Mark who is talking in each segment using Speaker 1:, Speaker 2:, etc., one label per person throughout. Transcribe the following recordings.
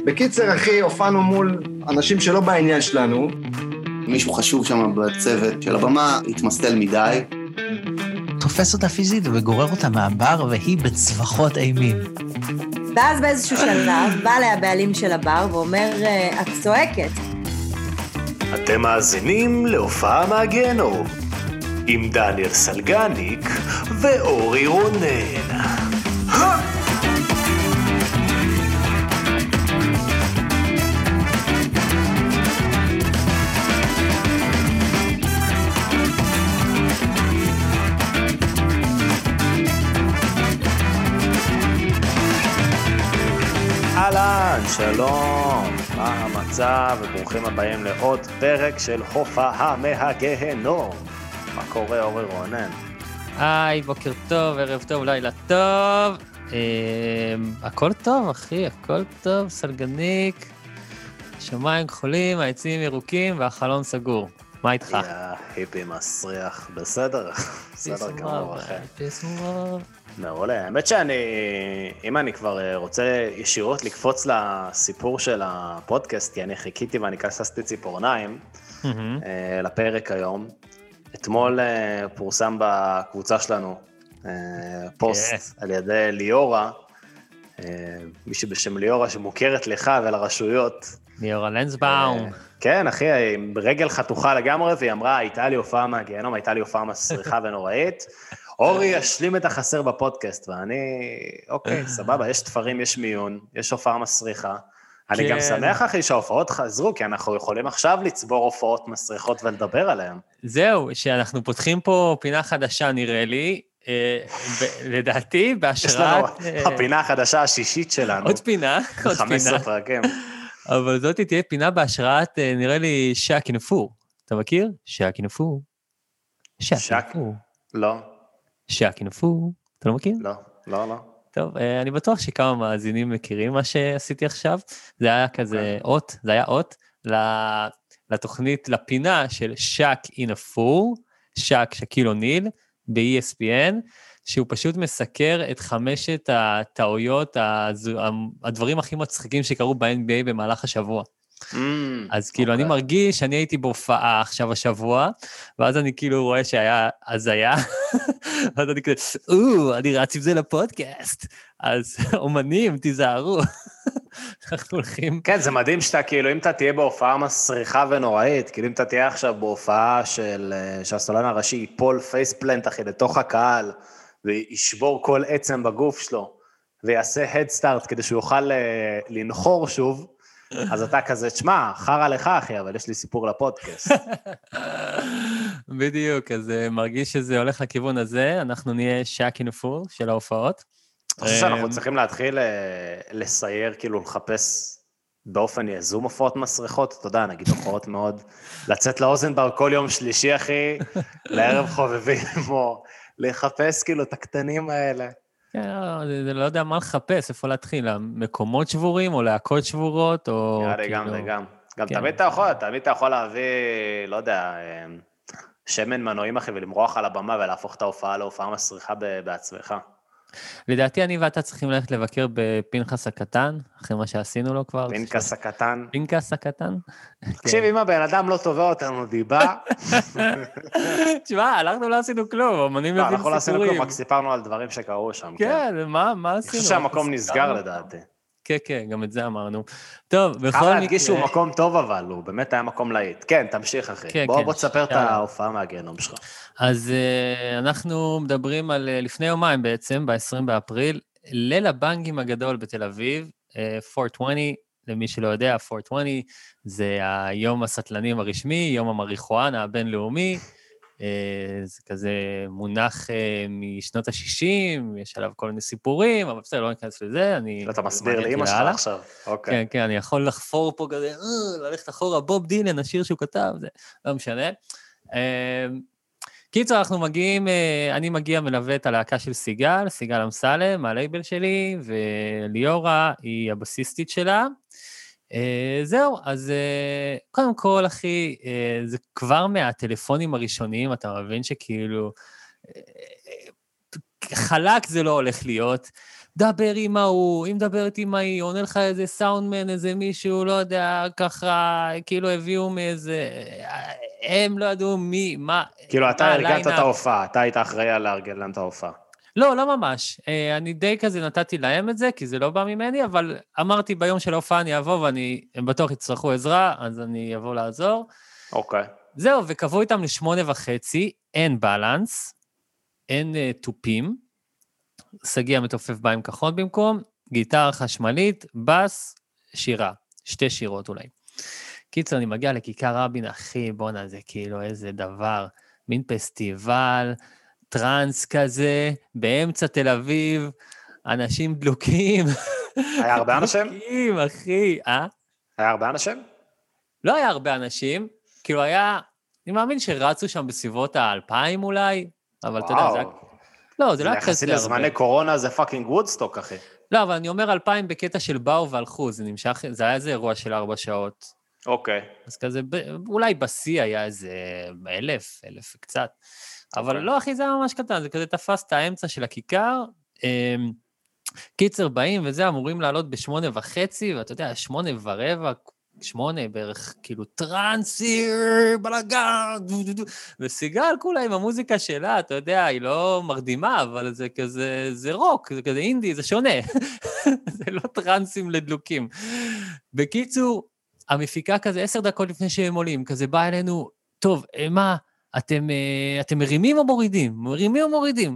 Speaker 1: בקיצר, אחי, הופענו מול אנשים שלא בעניין שלנו.
Speaker 2: מישהו חשוב שם בצוות של הבמה, התמסטל מדי.
Speaker 3: תופס אותה פיזית וגורר אותה מהבר, והיא בצווחות אימים.
Speaker 4: ואז באיזשהו שלב, בא לה הבעלים של הבר ואומר, את צועקת.
Speaker 5: אתם מאזינים להופעה מהגיהנום, עם דניאל סלגניק ואורי רונן. אהלן, שלום, מה המצב וברוכים הבאים לעוד פרק של הופעה מהגיהנום. מה קורה, אורי רונן?
Speaker 6: היי, בוקר טוב, ערב טוב, לילה טוב. הכל טוב, אחי, הכל טוב, סלגניק. שמיים כחולים, העצים ירוקים והחלון סגור. מה איתך?
Speaker 5: יא, היפי מסריח, בסדר? בסדר כמובן, אחי.
Speaker 6: פסמוב.
Speaker 5: מעולה, האמת אם אני כבר רוצה ישירות לקפוץ לסיפור של הפודקאסט, כי אני חיכיתי ואני כססתי ציפורניים לפרק היום. אתמול פורסם בקבוצה שלנו פוסט על ידי ליאורה, מישהו בשם ליאורה שמוכרת לך ולרשויות.
Speaker 6: ליאורה לנסבאום.
Speaker 5: כן, אחי, ברגל חתוכה לגמרי, והיא אמרה, הייתה לי הופעה מהגיהנום, הייתה לי הופעה מסריחה ונוראית. אורי ישלים את החסר בפודקאסט, ואני, אוקיי, סבבה, יש תפרים, יש מיון, יש הופעה מסריחה. אני גם שמח, אחי, שההופעות חזרו, כי אנחנו יכולים עכשיו לצבור הופעות מסריחות ולדבר עליהן.
Speaker 6: זהו, שאנחנו פותחים פה פינה חדשה, נראה לי, לדעתי, בהשראת...
Speaker 5: יש לנו הפינה החדשה השישית שלנו.
Speaker 6: עוד פינה, עוד
Speaker 5: 15 פרקים.
Speaker 6: אבל זאת תהיה פינה בהשראת, נראה לי, שאקי נפור. אתה מכיר? שאקי נפור. שאקי נפור.
Speaker 5: לא.
Speaker 6: שאקי נפור. אתה לא מכיר?
Speaker 5: לא, לא, לא.
Speaker 6: טוב, אני בטוח שכמה מאזינים מכירים מה שעשיתי עכשיו. זה היה כזה אות, זה היה אות לתוכנית, לפינה של שאק אינפור, שאק שקיל אוניל, ב-ESPN, שהוא פשוט מסקר את 5 הטעויות, הדברים הכי מצחיקים שקרו ב-NBA במהלך השבוע. אז כאילו אני מרגיש שאני הייתי בהופעה עכשיו השבוע, ואז אני כאילו רואה שהיה הזיה, ואז אני כזה, אני רץ עם זה לפודקאסט, אז אומנים, תיזהרו. אנחנו הולכים...
Speaker 5: כן, זה מדהים שאתה כאילו, אם אתה תהיה בהופעה מסריחה ונוראית, כאילו אם אתה תהיה עכשיו בהופעה שהסולן הראשי ייפול פייספלנט אחי לתוך הקהל, וישבור כל עצם בגוף שלו, ויעשה הדסטארט כדי שהוא יוכל לנחור שוב, אז אתה כזה, תשמע, חרה לך אחי, אבל יש לי סיפור לפודקאסט.
Speaker 6: בדיוק, אז מרגיש שזה הולך לכיוון הזה, אנחנו נהיה שאקי נפור של ההופעות.
Speaker 5: אני חושב שאנחנו צריכים להתחיל לסייר, כאילו לחפש באופן יזום הופעות מסריחות, אתה יודע, נגיד הופעות מאוד, לצאת לאוזנברג כל יום שלישי אחי, לערב חובבים, או לחפש כאילו את הקטנים האלה.
Speaker 6: כן, זה לא יודע מה לחפש, איפה להתחיל, מקומות שבורים או להקות שבורות, או...
Speaker 5: גם תמיד אתה יכול להביא, לא יודע, שמן מנועים אחי, ולמרוח על הבמה ולהפוך את ההופעה להופעה מסריחה בעצמך.
Speaker 6: לדעתי אני ואתה צריכים ללכת לבקר בפנחס הקטן, אחרי מה שעשינו לו כבר.
Speaker 5: פנחס הקטן.
Speaker 6: פנחס הקטן.
Speaker 5: תקשיב, אם הבן אדם לא תובע אותנו דיבה...
Speaker 6: תשמע, אנחנו לא עשינו כלום, אמנים מביאים סיפורים.
Speaker 5: אנחנו לא עשינו כלום, רק סיפרנו על דברים שקרו שם.
Speaker 6: כן, מה עשינו?
Speaker 5: אני חושב שהמקום נסגר לדעתי.
Speaker 6: כן, גם את זה אמרנו. טוב, בכל מקרה...
Speaker 5: חייב להדגיש שהוא מקום טוב אבל, הוא באמת היה מקום להיט. כן, תמשיך אחי. בוא תספר את ההופעה מהגיהנום שלך.
Speaker 6: אז אנחנו מדברים על לפני יומיים בעצם, ב-20 באפריל, ליל הבנגים הגדול בתל אביב, 420, למי שלא יודע, 420 זה היום הסטלנים הרשמי, יום המריחואנה הבינלאומי, זה כזה מונח משנות ה-60, יש עליו כל מיני סיפורים, אבל בסדר, לא ניכנס לזה,
Speaker 5: אתה מסביר לאמא שלך עכשיו, אוקיי.
Speaker 6: כן, אני יכול לחפור פה כזה, ללכת אחורה, בוב דילן, השיר שהוא כתב, זה לא משנה. קיצור, אני מגיע מלווה את הלהקה של סיגל אמסלם, מהלייבל שלי, וליאורה היא הבסיסטית שלה. זהו, אז קודם כל, אחי, זה כבר מהטלפונים הראשונים, אתה מבין שכאילו, חלק זה לא הולך להיות, דבר עם ההוא, אם מדברת עם ההיא, עונה לך איזה סאונדמן, איזה מישהו, לא יודע, ככה, כאילו הביאו מאיזה, הם לא ידעו מי, מה.
Speaker 5: כאילו, אתה ארגנת את ההופעה, אתה היית אחראי על לארגן להם את ההופעה.
Speaker 6: לא, לא ממש. אני די כזה נתתי להם את זה, כי זה לא בא ממני, אבל אמרתי ביום של ההופעה אני אבוא, הם בטוח יצטרכו עזרה, אז אני אבוא לעזור.
Speaker 5: אוקיי.
Speaker 6: זהו, וקבעו איתם 8:30, אין בלנס, אין טופים, סגי המתופף בא עם כחון במקום, גיטרה חשמלית, בס, שירה, 2 שירות אולי. קיצר, אני מגיע לכיכר רבין, אחי, בונה, זה כאילו איזה דבר, מין פסטיבל, טרנס כזה, באמצע תל אביב, אנשים דלוקים.
Speaker 5: היה הרבה אנשים?
Speaker 6: דלוקים, אחי,
Speaker 5: היה הרבה אנשים?
Speaker 6: לא היה הרבה אנשים, כאילו היה, אני מאמין שרצו שם בסביבות 2,000 אולי, אבל אתה יודע, זה היה... לא, זה לא היה כזה הרבה.
Speaker 5: לזמני קורונה זה פאקינג וודסטוק, אחי.
Speaker 6: לא, אבל אני אומר 2,000 בקטע של באו והלכו, זה נמשך, זה היה איזה אירוע של 4 שעות.
Speaker 5: אוקיי.
Speaker 6: אז כזה, אולי בשיא היה איזה 1,000 וקצת. אבל לא, אחי, זה היה ממש קטן, זה כזה תפס את האמצע של הכיכר, קיצר באים וזה, אמורים לעלות 8:30, ואתה יודע, 8:15, 8 בערך, כאילו טרנסי, בלגן, וסיגל כולה עם המוזיקה שלה, אתה יודע, היא לא מרדימה, אבל זה כזה, זה רוק, זה כזה אינדי, זה שונה, זה לא טרנסים לדלוקים. בקיצור, המפיקה כזה 10 דקות לפני שהם עולים, כזה בא אלינו, טוב, מה, אתם מרימים או מורידים? מרימים או מורידים?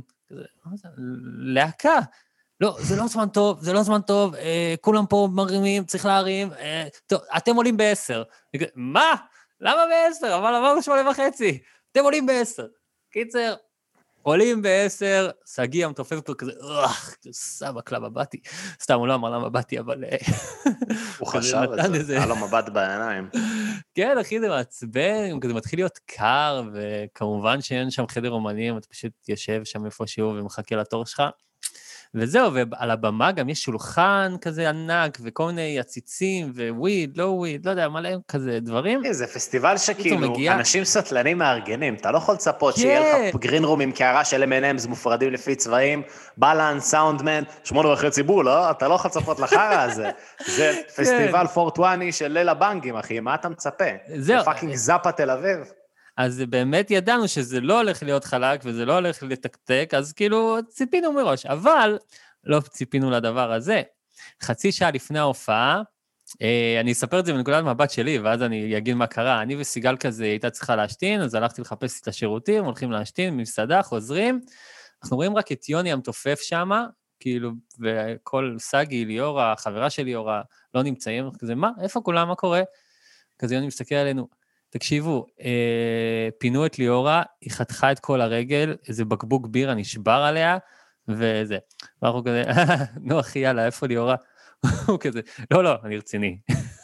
Speaker 6: להקה. לא, זה לא זמן טוב, זה לא זמן טוב, כולם פה מרימים, צריך להרים, טוב, אתם עולים ב10. מה? למה ב10? אבל עברנו 8:30. אתם עולים ב10. קיצר, עולים ב10, סגי המתופף פה כזה, סבא קלאב הבאתי. סתם, הוא לא אמר למה באתי, אבל...
Speaker 5: הוא חשב את זה, היה לו מבט בעיניים.
Speaker 6: כן, אחי, זה מעצבן, כזה מתחיל להיות קר, וכמובן שאין שם חדר אומנים, אתה פשוט יושב שם איפשהו ומחכה לתור שלך. וזהו, ועל הבמה גם יש שולחן כזה ענק, וכל מיני עציצים, וויד, לא וויד, לא יודע, מלא כזה דברים.
Speaker 5: זה פסטיבל שכאילו, אנשים סטלנים מארגנים, אתה לא יכול לצפות שיהיה לך גרין רום עם קערה של M&M's מופרדים לפי צבעים, בלנס, סאונדמן, 8:30 בול, לא? אתה לא יכול לצפות לחרה הזה. זה פסטיבל פורטואני של ליל הבנגים, אחי, מה אתה מצפה? זה פאקינג זאפה תל אביב.
Speaker 6: אז באמת ידענו שזה לא הולך להיות חלק, וזה לא הולך לתקתק, אז כאילו ציפינו מראש, אבל לא ציפינו לדבר הזה. חצי שעה לפני ההופעה, אני אספר את זה בנקודת מבט שלי, ואז אני אגיד מה קרה. אני וסיגל כזה הייתה צריכה להשתין, אז הלכתי לחפש את השירותים, הולכים להשתין, ממסעדה, חוזרים, אנחנו רואים רק את יוני המתופף שם, כאילו, וכל סגי, ליאורה, חברה של ליאורה, לא נמצאים, כזה, מה? איפה כולם? מה קורה? כזה יוני מסתכל עלינו, תקשיבו, פינו את ליאורה, היא חתכה את כל הרגל, איזה בקבוק בירה נשבר עליה, וזה. ואנחנו כזה, נו אחי, יאללה, איפה ליאורה? הוא כזה, לא, לא, אני רציני.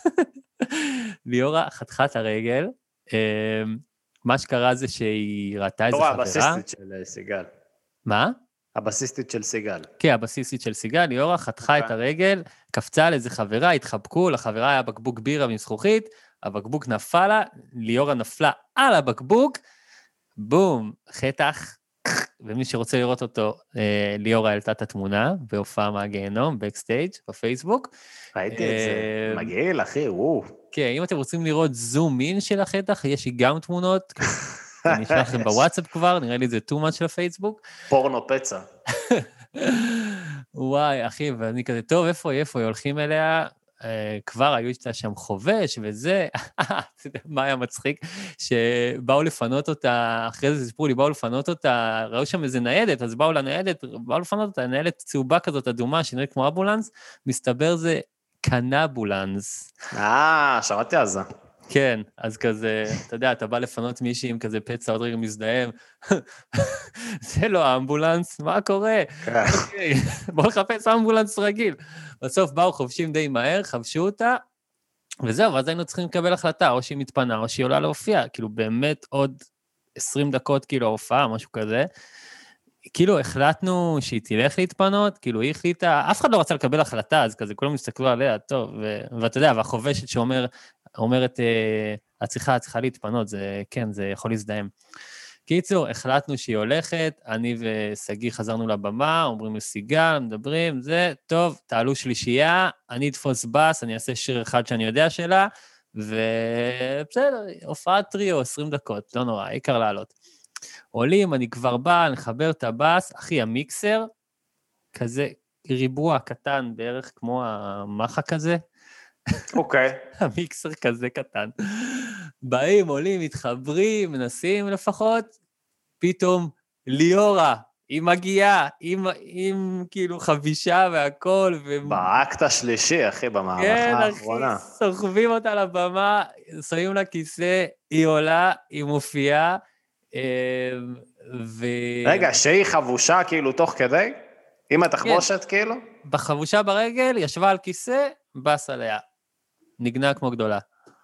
Speaker 6: ליאורה חתכה את הרגל, מה שקרה זה שהיא ראתה איזה חברה.
Speaker 5: הבסיסטית של סיגל.
Speaker 6: מה?
Speaker 5: הבסיסטית של סיגל.
Speaker 6: כן, הבסיסטית של סיגל, ליאורה חתכה את הרגל, קפצה על איזה חברה, התחבקו, לחברה היה בקבוק בירה מזכוכית, הבקבוק נפל לה, ליאורה נפלה על הבקבוק, בום, חתך, ומי שרוצה לראות אותו, ליאורה העלתה את התמונה, בהופעה מהגיהנום, בקסטייג' בפייסבוק.
Speaker 5: ראיתי את זה, מגעיל, אחי, וואו.
Speaker 6: כן, אם אתם רוצים לראות זום אין של החתך, יש לי גם תמונות, אני אשלח לכם בוואטסאפ כבר, נראה לי זה too much של הפייסבוק.
Speaker 5: פורנו פצע.
Speaker 6: וואי, אחי, ואני כזה, טוב, איפה היא, הולכים אליה, כבר היו שם חובש וזה, מה היה מצחיק, שבאו לפנות אותה, אחרי זה סיפרו לי, באו לפנות אותה, ראו שם איזה ניידת, אז באו לפנות אותה, ניידת צהובה כזאת אדומה, שנראית כמו אבולנס, מסתבר זה קנאבולנס.
Speaker 5: שמעתי על זה.
Speaker 6: כן, אז כזה, אתה יודע, אתה בא לפנות מישהי עם כזה פצע, עוד רגע מזדהם, זה לא אמבולנס, מה קורה? בוא לחפש אמבולנס רגיל. בסוף באו חובשים די מהר, חבשו אותה, וזהו, ואז היינו צריכים לקבל החלטה, או שהיא מתפנה, או שהיא עולה להופיע, כאילו באמת עוד 20 דקות, כאילו ההופעה, משהו כזה, כאילו החלטנו שהיא תלך להתפנות, כאילו היא החליטה, אף אחד לא רצה לקבל החלטה, אז כזה כולם הסתכלו עליה, טוב, ואתה יודע, והחובשת שאומרת, את צריכה להתפנות, זה כן, זה יכול להזדהם. קיצור, החלטנו שהיא הולכת, אני וסגי חזרנו לבמה, אומרים לסיגל, מדברים, זה, טוב, תעלו שלישייה, אני אתפוס בס, אני אעשה שיר אחד שאני יודע שלה, ובסדר, הופעת טריו, 20 דקות, לא נורא, עיקר לעלות. עולים, אני כבר בא, נחבר את הבס, אחי, המיקסר, כזה ריבוע קטן, בערך כמו המחק הזה.
Speaker 5: אוקיי.
Speaker 6: המיקסר כזה קטן. באים, עולים, מתחברים, מנסים לפחות, פתאום ליאורה, היא מגיעה, עם כאילו חבישה והכל.
Speaker 5: באקט השלישי, אחי, במערכה האחרונה.
Speaker 6: כן, אחי, סוחבים אותה לבמה, שמים לה כיסא, היא עולה, היא מופיעה,
Speaker 5: רגע, שהיא חבושה כאילו תוך כדי? עם התחבושת כאילו?
Speaker 6: בחבושה ברגל, ישבה על כיסא, בס עליה. נגנה כמו גדולה.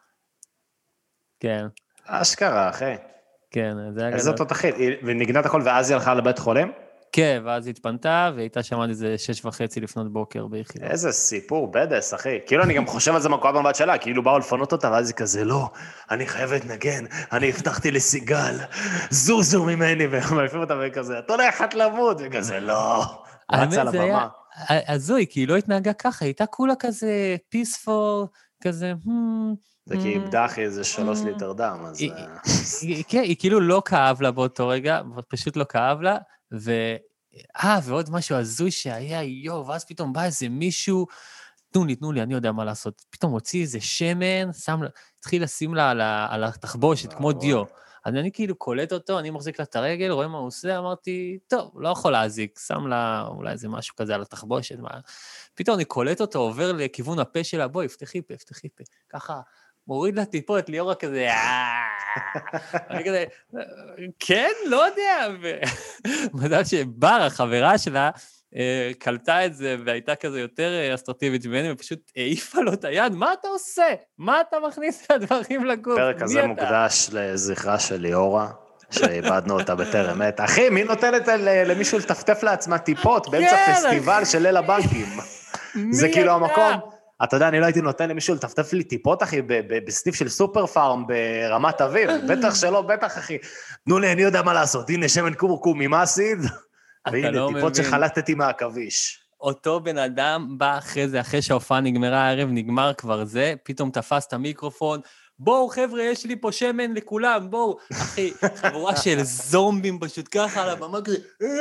Speaker 6: כן.
Speaker 5: אשכרה, אחי.
Speaker 6: כן, זה היה גדול.
Speaker 5: איזה תותחית, ונגנת הכל ואז היא הלכה לבית חולים?
Speaker 6: כן, ואז היא התפנתה, והייתה שמעת איזה 6:30 לפנות בוקר ביחידה.
Speaker 5: איזה סיפור בדס, אחי. כאילו אני גם חושב על זה מקוע במבט שלה, כאילו באו לפנות אותה, ואז היא כזה, לא, אני חייבת נגן, אני הבטחתי לסיגל, זוזו ממני, ומעיפים אותה וכזה, את הולכת למות, וכזה, לא. רצה על הבמה.
Speaker 6: הזוי, כי היא לא התנהגה ככה, היא הייתה כולה כזה פיספול, כזה,
Speaker 5: זה כי היא איבדה אחי איזה 3 ליטר דם, אז...
Speaker 6: כן, היא כאילו לא כאב לה באותו רגע, פשוט לא כאב לה, ועוד משהו הזוי שהיה, ואז פתאום בא איזה מישהו, תנו לי, אני יודע מה לעשות, פתאום הוציא איזה שמן, התחיל לשים לה על התחבושת, כמו דיו. אז אני כאילו קולט אותו, אני מחזיק לה את הרגל, רואה מה הוא עושה, אמרתי, טוב, לא יכול להזיק, שם לה אולי איזה משהו כזה על התחבושת, פתאום אני קולט אותו, עובר לכיוון הפה שלה, בואי, פתחי פה, ככה, מוריד לה טיפו את ליאורה כזה, אני כזה, כן, לא יודע, ומזל שבר, החברה שלה, קלטה את זה, והייתה כזה יותר אסטרטיבית ממני, ופשוט העיפה לו את היד, מה אתה עושה? מה אתה מכניס את הדברים לגוף?
Speaker 5: פרק הזה מוקדש לזכרה של ליאורה, שאיבדנו אותה בטרם עת. אחי, מי נותנת למישהו לטפטף לעצמה טיפות באמצע פסטיבל של ליל הבנקים? זה כאילו המקום. אתה יודע, אני לא הייתי נותן למישהו לטפטף לי טיפות, אחי, בסניף של סופר פארם ברמת אביב. בטח שלא, בטח, אחי. תנו לי, אני יודע מה לעשות. הנה, שמן קורקום ממאסיד, והנה, טיפות שחלטתי מהכביש.
Speaker 6: אותו בן אדם בא אחרי זה, אחרי שההופעה נגמרה הערב, נגמר כבר זה, פתאום תפס את המיקרופון, בואו חבר'ה, יש לי פה שמן לכולם, בואו. אחי, חבורה של זומבים פשוט ככה על הבמה כזה,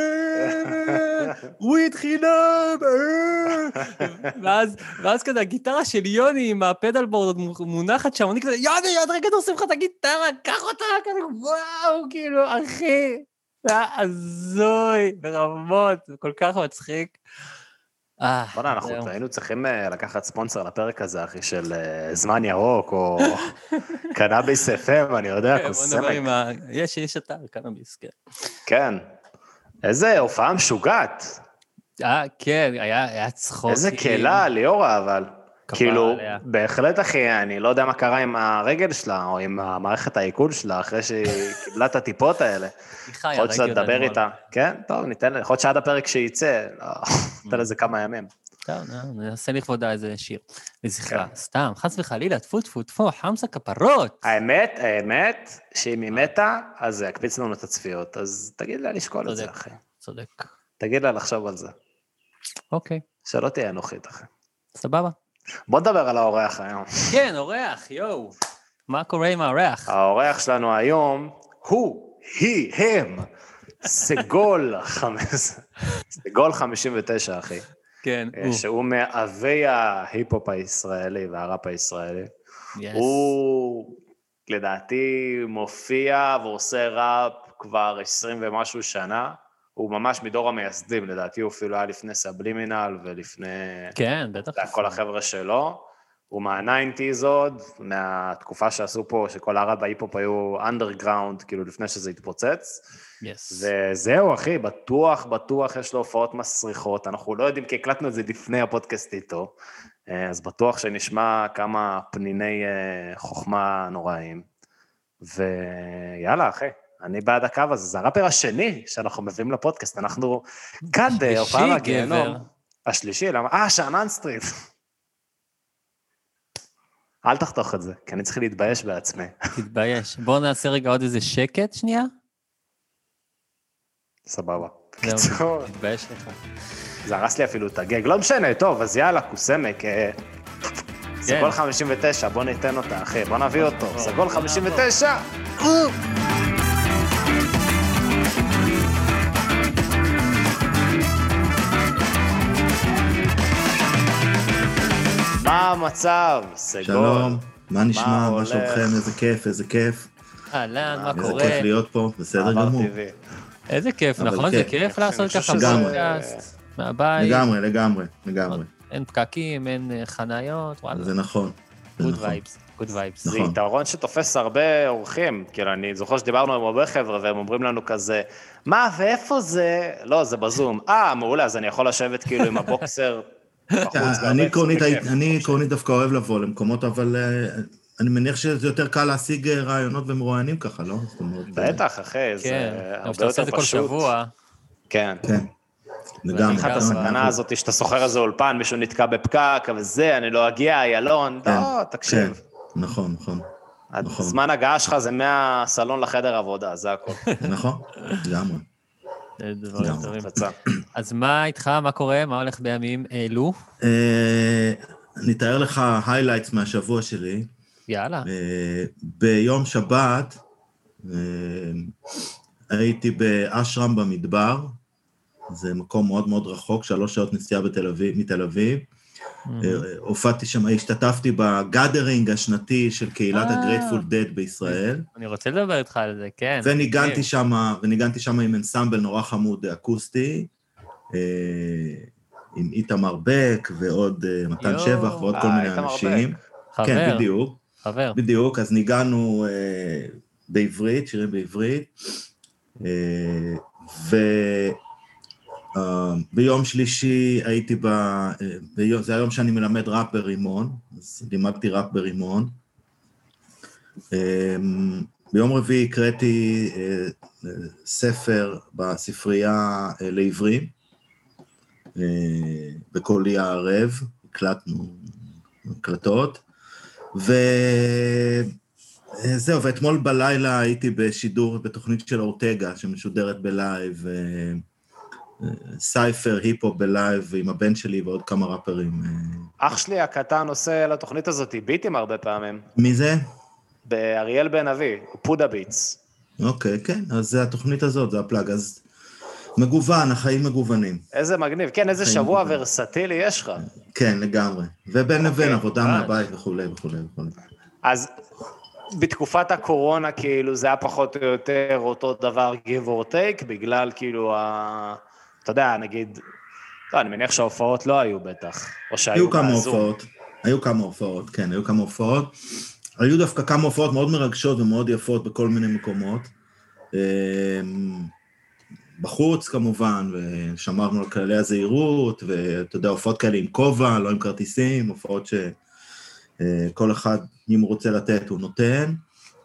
Speaker 6: וויד חינם, ואז כזה, הגיטרה של יוני עם הפדלבורד מונחת שם, אני כזה, יוני, עוד רגע עושים לך את הגיטרה, קח אותה, כזה, וואו, כאילו, אחי, זה היה הזוי, ברמות, זה כל כך מצחיק.
Speaker 5: בוא'נה, אנחנו היינו צריכים לקחת ספונסר לפרק הזה, אחי, של זמן ירוק, או קנאביס FM, אני יודע, קוסמק.
Speaker 6: יש אתר, קנאביס, כן.
Speaker 5: כן. איזה הופעה משוגעת.
Speaker 6: כן, היה צחוק.
Speaker 5: איזה קהלה, ליאורה, אבל. כאילו, בהחלט, אחי, אני לא יודע מה קרה עם הרגל שלה, או עם המערכת העיכול שלה, אחרי שהיא קיבלה את הטיפות האלה. יכול להיות שאתה תדבר איתה. כן? טוב, ניתן לה. יכול להיות שעד הפרק שייצא, ניתן לזה כמה ימים.
Speaker 6: טוב, נעשה לכבודה איזה שיר. לזכרה, סתם, חס וחלילה, טפו, חמסה כפרות.
Speaker 5: האמת, שאם היא מתה, אז זה יקפיץ לנו את הצפיות, אז תגיד לה לשקול את זה, אחי.
Speaker 6: צודק.
Speaker 5: תגיד לה לחשוב על זה.
Speaker 6: אוקיי.
Speaker 5: שלא תהיה אנוכית, אחי.
Speaker 6: סבבה.
Speaker 5: בוא נדבר על האורח היום.
Speaker 6: כן, אורח, יואו. מה קורה עם האורח?
Speaker 5: האורח שלנו היום הוא, הם, סגול 59, אחי.
Speaker 6: כן,
Speaker 5: שהוא מאבי ההיפ-הופ הישראלי והראפ הישראלי. הוא, לדעתי, מופיע ועושה ראפ כבר 20 ומשהו שנה. הוא ממש מדור המייסדים, לדעתי הוא אפילו היה לפני סבלימינל ולפני...
Speaker 6: כן, בטח.
Speaker 5: כל החבר'ה שלו. הוא מה-90s עוד, מהתקופה שעשו פה, שכל הראפ בהיפ-הופ היו אנדרגראונד, כאילו לפני שזה התפוצץ. וזהו, אחי, בטוח יש לו הופעות מסריחות. אנחנו לא יודעים כי הקלטנו את זה לפני הפודקאסט איתו, אז בטוח שנשמע כמה פניני חוכמה נוראים. ויאללה, אחי. אני בעד הקו הזה, זה הראפר השני שאנחנו מביאים לפודקאסט, אנחנו כאן בהופעה מהגיהנום. השלישי, למה? שאנן סטריט. אל תחתוך את זה, כי אני צריך להתבייש בעצמי.
Speaker 6: תתבייש. בואו נעשה רגע עוד איזה שקט שנייה.
Speaker 5: סבבה.
Speaker 6: זהו, מתבייש לך.
Speaker 5: זה הרס לי אפילו את הגג. לא משנה, טוב, אז יאללה, קוסמק. סגול 59, בוא ניתן אותה, אחי. בוא נביא אותו. סגול 59! מה המצב? סגול.
Speaker 7: שלום, מה נשמע? מה שלומכם? איזה כיף, איזה כיף.
Speaker 6: אהלן, מה קורה?
Speaker 7: איזה כיף להיות פה, בסדר גמור.
Speaker 6: איזה כיף, נכון? זה כיף לעשות ככה פודקאסט מהבית.
Speaker 7: לגמרי.
Speaker 6: אין פקקים, אין חניות, וואלה.
Speaker 7: זה נכון.
Speaker 6: גוד וייבס.
Speaker 5: זה יתרון שתופס הרבה אורחים. כאילו, אני זוכר שדיברנו עם הרבה חבר'ה, והם אומרים לנו כזה, מה ואיפה זה? לא, זה בזום. מעולה, אז אני יכול לשבת כאילו עם הבוקסר בחוץ.
Speaker 7: אני עקרונית דווקא אוהב לבוא למקומות, אבל אני מניח שזה יותר קל להשיג רעיונות ומרואיינים ככה, לא?
Speaker 5: בטח, אחי, זה הרבה יותר פשוט. כל
Speaker 6: שבוע.
Speaker 5: כן.
Speaker 7: לגמרי.
Speaker 5: אחת הסכנה הזאת שאתה סוחר איזה אולפן, מישהו נתקע בפקק, וזה, אני לא אגיע, ילון, לא, תקשיב.
Speaker 7: נכון.
Speaker 5: זמן הגעה שלך זה מהסלון לחדר עבודה, זה הכל.
Speaker 7: נכון, לגמרי.
Speaker 6: אז מה איתך, מה קורה, מה הולך בימים אלו?
Speaker 7: אני אתאר לך highlights מהשבוע שלי.
Speaker 6: יאללה.
Speaker 7: ביום שבת הייתי באשרם במדבר, זה מקום מאוד מאוד רחוק, 3 שעות נסיעה מתל אביב. הופעתי שם, השתתפתי בגאדרינג השנתי של קהילת הגרייטפול דד בישראל.
Speaker 6: אני רוצה לדבר איתך על זה, כן.
Speaker 7: וניגנתי שם עם אנסמבל נורא חמוד אקוסטי, עם איתמר בק ועוד מתן שבח ועוד כל מיני אנשים. כן, בדיוק, אז ניגענו בעברית, שירים בעברית, ביום שלישי הייתי זה היום שאני מלמד ראפ ברימון, אז לימדתי ראפ ברימון. ביום רביעי הקראתי ספר בספרייה לעברים, בקולי הערב, הקלטנו הקלטות, וזהו, ואתמול בלילה הייתי בשידור בתוכנית של אורטגה, שמשודרת בלייב, סייפר, היפ-הופ בלייב עם הבן שלי ועוד כמה ראפרים.
Speaker 5: אח שלי הקטן עושה לתוכנית הזאת ביטים הרבה פעמים.
Speaker 7: מי זה?
Speaker 5: באריאל בן אבי, פודה ביטס.
Speaker 7: אוקיי, כן, אז זה התוכנית הזאת, זה הפלאג, אז מגוון, החיים מגוונים.
Speaker 5: איזה מגניב, כן, איזה שבוע ורסטילי יש לך.
Speaker 7: כן, לגמרי, ובין לבין עבודה מהבית וכו'.
Speaker 5: אז בתקופת הקורונה, כאילו, זה היה פחות או יותר אותו דבר give or take, בגלל כאילו, אתה יודע, נגיד, לא, אני מניח שההופעות לא היו בטח, או שהיו מהזום.
Speaker 7: היו כמה הופעות, כן, היו כמה הופעות. היו דווקא כמה הופעות מאוד מרגשות ומאוד יפות בכל מיני מקומות. בחוץ כמובן, ושמרנו על כללי הזהירות, ואתה יודע, הופעות כאלה עם כובע, לא עם כרטיסים, הופעות שכל אחד, אם הוא רוצה לתת, הוא נותן.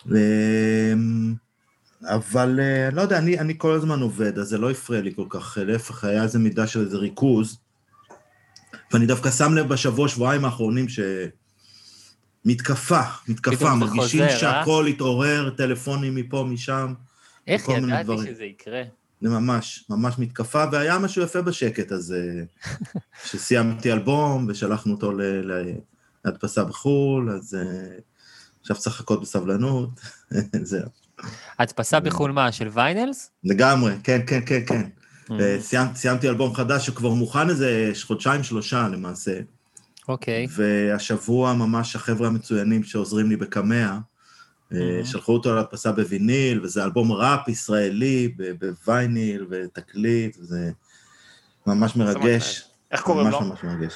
Speaker 7: אבל לא יודע, אני כל הזמן עובד, אז זה לא הפריע לי כל כך, להפך, היה איזה מידה של איזה ריכוז, ואני דווקא שם לב שבועיים האחרונים מתקפה, מרגישים שהכל התעורר, טלפונים מפה, משם.
Speaker 6: איך ידעתי שזה יקרה?
Speaker 7: זה ממש מתקפה, והיה משהו יפה בשקט הזה, שסיימתי אלבום ושלחנו אותו להדפסה בחול, אז עכשיו צריך לחכות בסבלנות, זהו.
Speaker 6: הדפסה בחול מה, של ויינלס?
Speaker 7: לגמרי, כן. סיימתי אלבום חדש שכבר מוכן איזה 2-3 למעשה.
Speaker 6: אוקיי.
Speaker 7: והשבוע ממש החבר'ה המצוינים שעוזרים לי בקמע, שלחו אותו להדפסה בוויניל, וזה אלבום ראפ ישראלי, בווייניל ותקליט, וזה ממש מרגש.
Speaker 5: איך קוראים לו?
Speaker 7: ממש מרגש.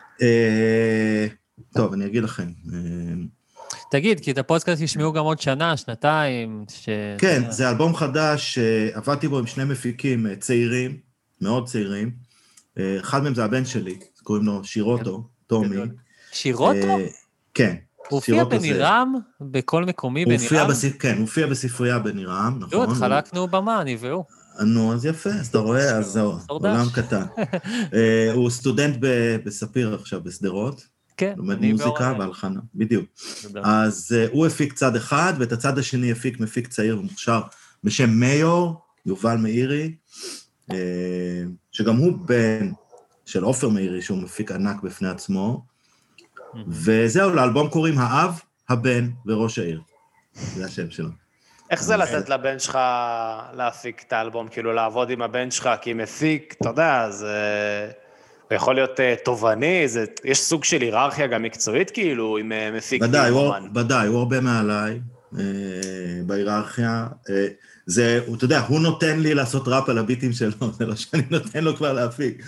Speaker 7: טוב, אני אגיד לכם.
Speaker 6: תגיד, כי את הפודקאסט ישמעו גם עוד שנה, שנתיים.
Speaker 7: כן, זה אלבום חדש, עבדתי בו עם 2 מפיקים צעירים, מאוד צעירים. אחד מהם זה הבן שלי, קוראים לו שירוטו, טומי.
Speaker 6: שירוטו?
Speaker 7: כן.
Speaker 6: הוא הופיע בנירם, בכל מקומי בנירם?
Speaker 7: כן, הוא הופיע בספרייה בנירם, נכון.
Speaker 6: עוד חלקנו במה, אני והוא.
Speaker 7: נו, אז יפה, אז אתה רואה, אז זהו, עולם קטן. הוא סטודנט בספיר עכשיו, בסדרות.
Speaker 6: כן.
Speaker 7: לומד מוזיקה והלחנה, בדיוק. אז הוא הפיק צד אחד, ואת הצד השני הפיק מפיק צעיר ומוכשר בשם מיור, יובל מאירי, שגם הוא בן של עופר מאירי, שהוא מפיק ענק בפני עצמו, וזהו, לאלבום קוראים האב, הבן וראש העיר. זה השם שלו.
Speaker 5: איך זה לתת לבן שלך להפיק את האלבום, כאילו לעבוד עם הבן שלך, כי מפיק, אתה יודע, זה יכול להיות תובעני, יש סוג של היררכיה גם מקצועית, כאילו, עם מפיק אומן.
Speaker 7: ודאי, הוא הרבה מעליי בהיררכיה. זה, אתה יודע, הוא נותן לי לעשות ראפ על הביטים שלו, זה לא שאני נותן לו כבר להפיק.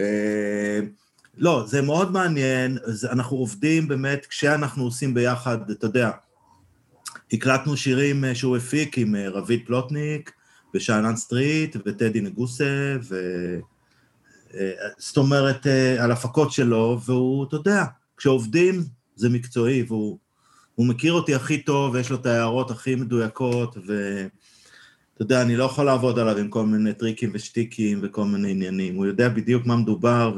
Speaker 7: לא, זה מאוד מעניין, אנחנו עובדים באמת, כשאנחנו עושים ביחד, אתה יודע, הקלטנו שירים שהוא הפיק עם רביד פלוטניק, ושאנן סטריט, וטדי נגוסה, זאת אומרת, על הפקות שלו, והוא, אתה יודע, כשעובדים זה מקצועי, והוא מכיר אותי הכי טוב, ויש לו את ההערות הכי מדויקות, ואתה יודע, אני לא יכול לעבוד עליו עם כל מיני טריקים ושטיקים, וכל מיני עניינים, הוא יודע בדיוק מה מדובר,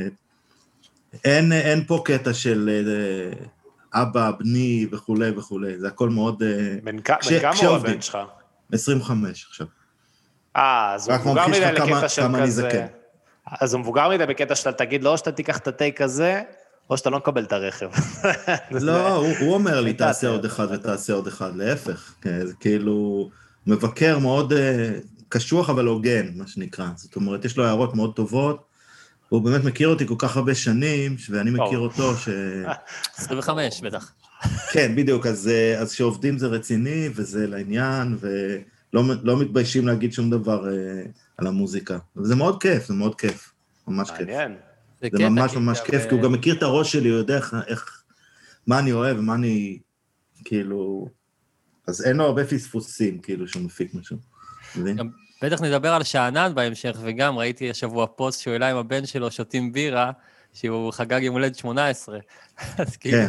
Speaker 7: אין פה קטע של אבא, בני וכולי וכולי, זה הכל מאוד...
Speaker 5: בן כמה הוא הבן שלך?
Speaker 7: 25 עכשיו.
Speaker 5: אז הוא מבוגר מדי לקטע של כזה...
Speaker 7: זקן.
Speaker 5: אז הוא מבוגר מדי בקטע שאתה תגיד לו, או שאתה תיקח את הטייק הזה, או שאתה לא מקבל את הרכב.
Speaker 7: לא, הוא אומר לי, תעשה עוד אחד ותעשה עוד אחד, להפך. זה כאילו מבקר מאוד קשוח אבל הוגן, מה שנקרא. זאת אומרת, יש לו הערות מאוד טובות, הוא באמת מכיר אותי כל כך הרבה שנים, ואני מכיר אותו ש...
Speaker 6: 25 בטח.
Speaker 7: כן, בדיוק, אז שעובדים זה רציני, וזה לעניין, ולא מתביישים להגיד שום דבר על המוזיקה. וזה מאוד כיף, זה מאוד כיף, ממש כיף.
Speaker 5: מעניין.
Speaker 7: זה ממש ממש כיף, כי הוא גם מכיר את הראש שלי, הוא יודע מה אני אוהב, מה אני, כאילו... אז אין לו הרבה פספוסים, כאילו, שהוא מפיק משהו.
Speaker 6: בטח נדבר על שאנן בהמשך, וגם ראיתי השבוע פוסט שהוא אליי עם הבן שלו, שותים בירה, שהוא חגג יום הולדת 18.
Speaker 7: כן,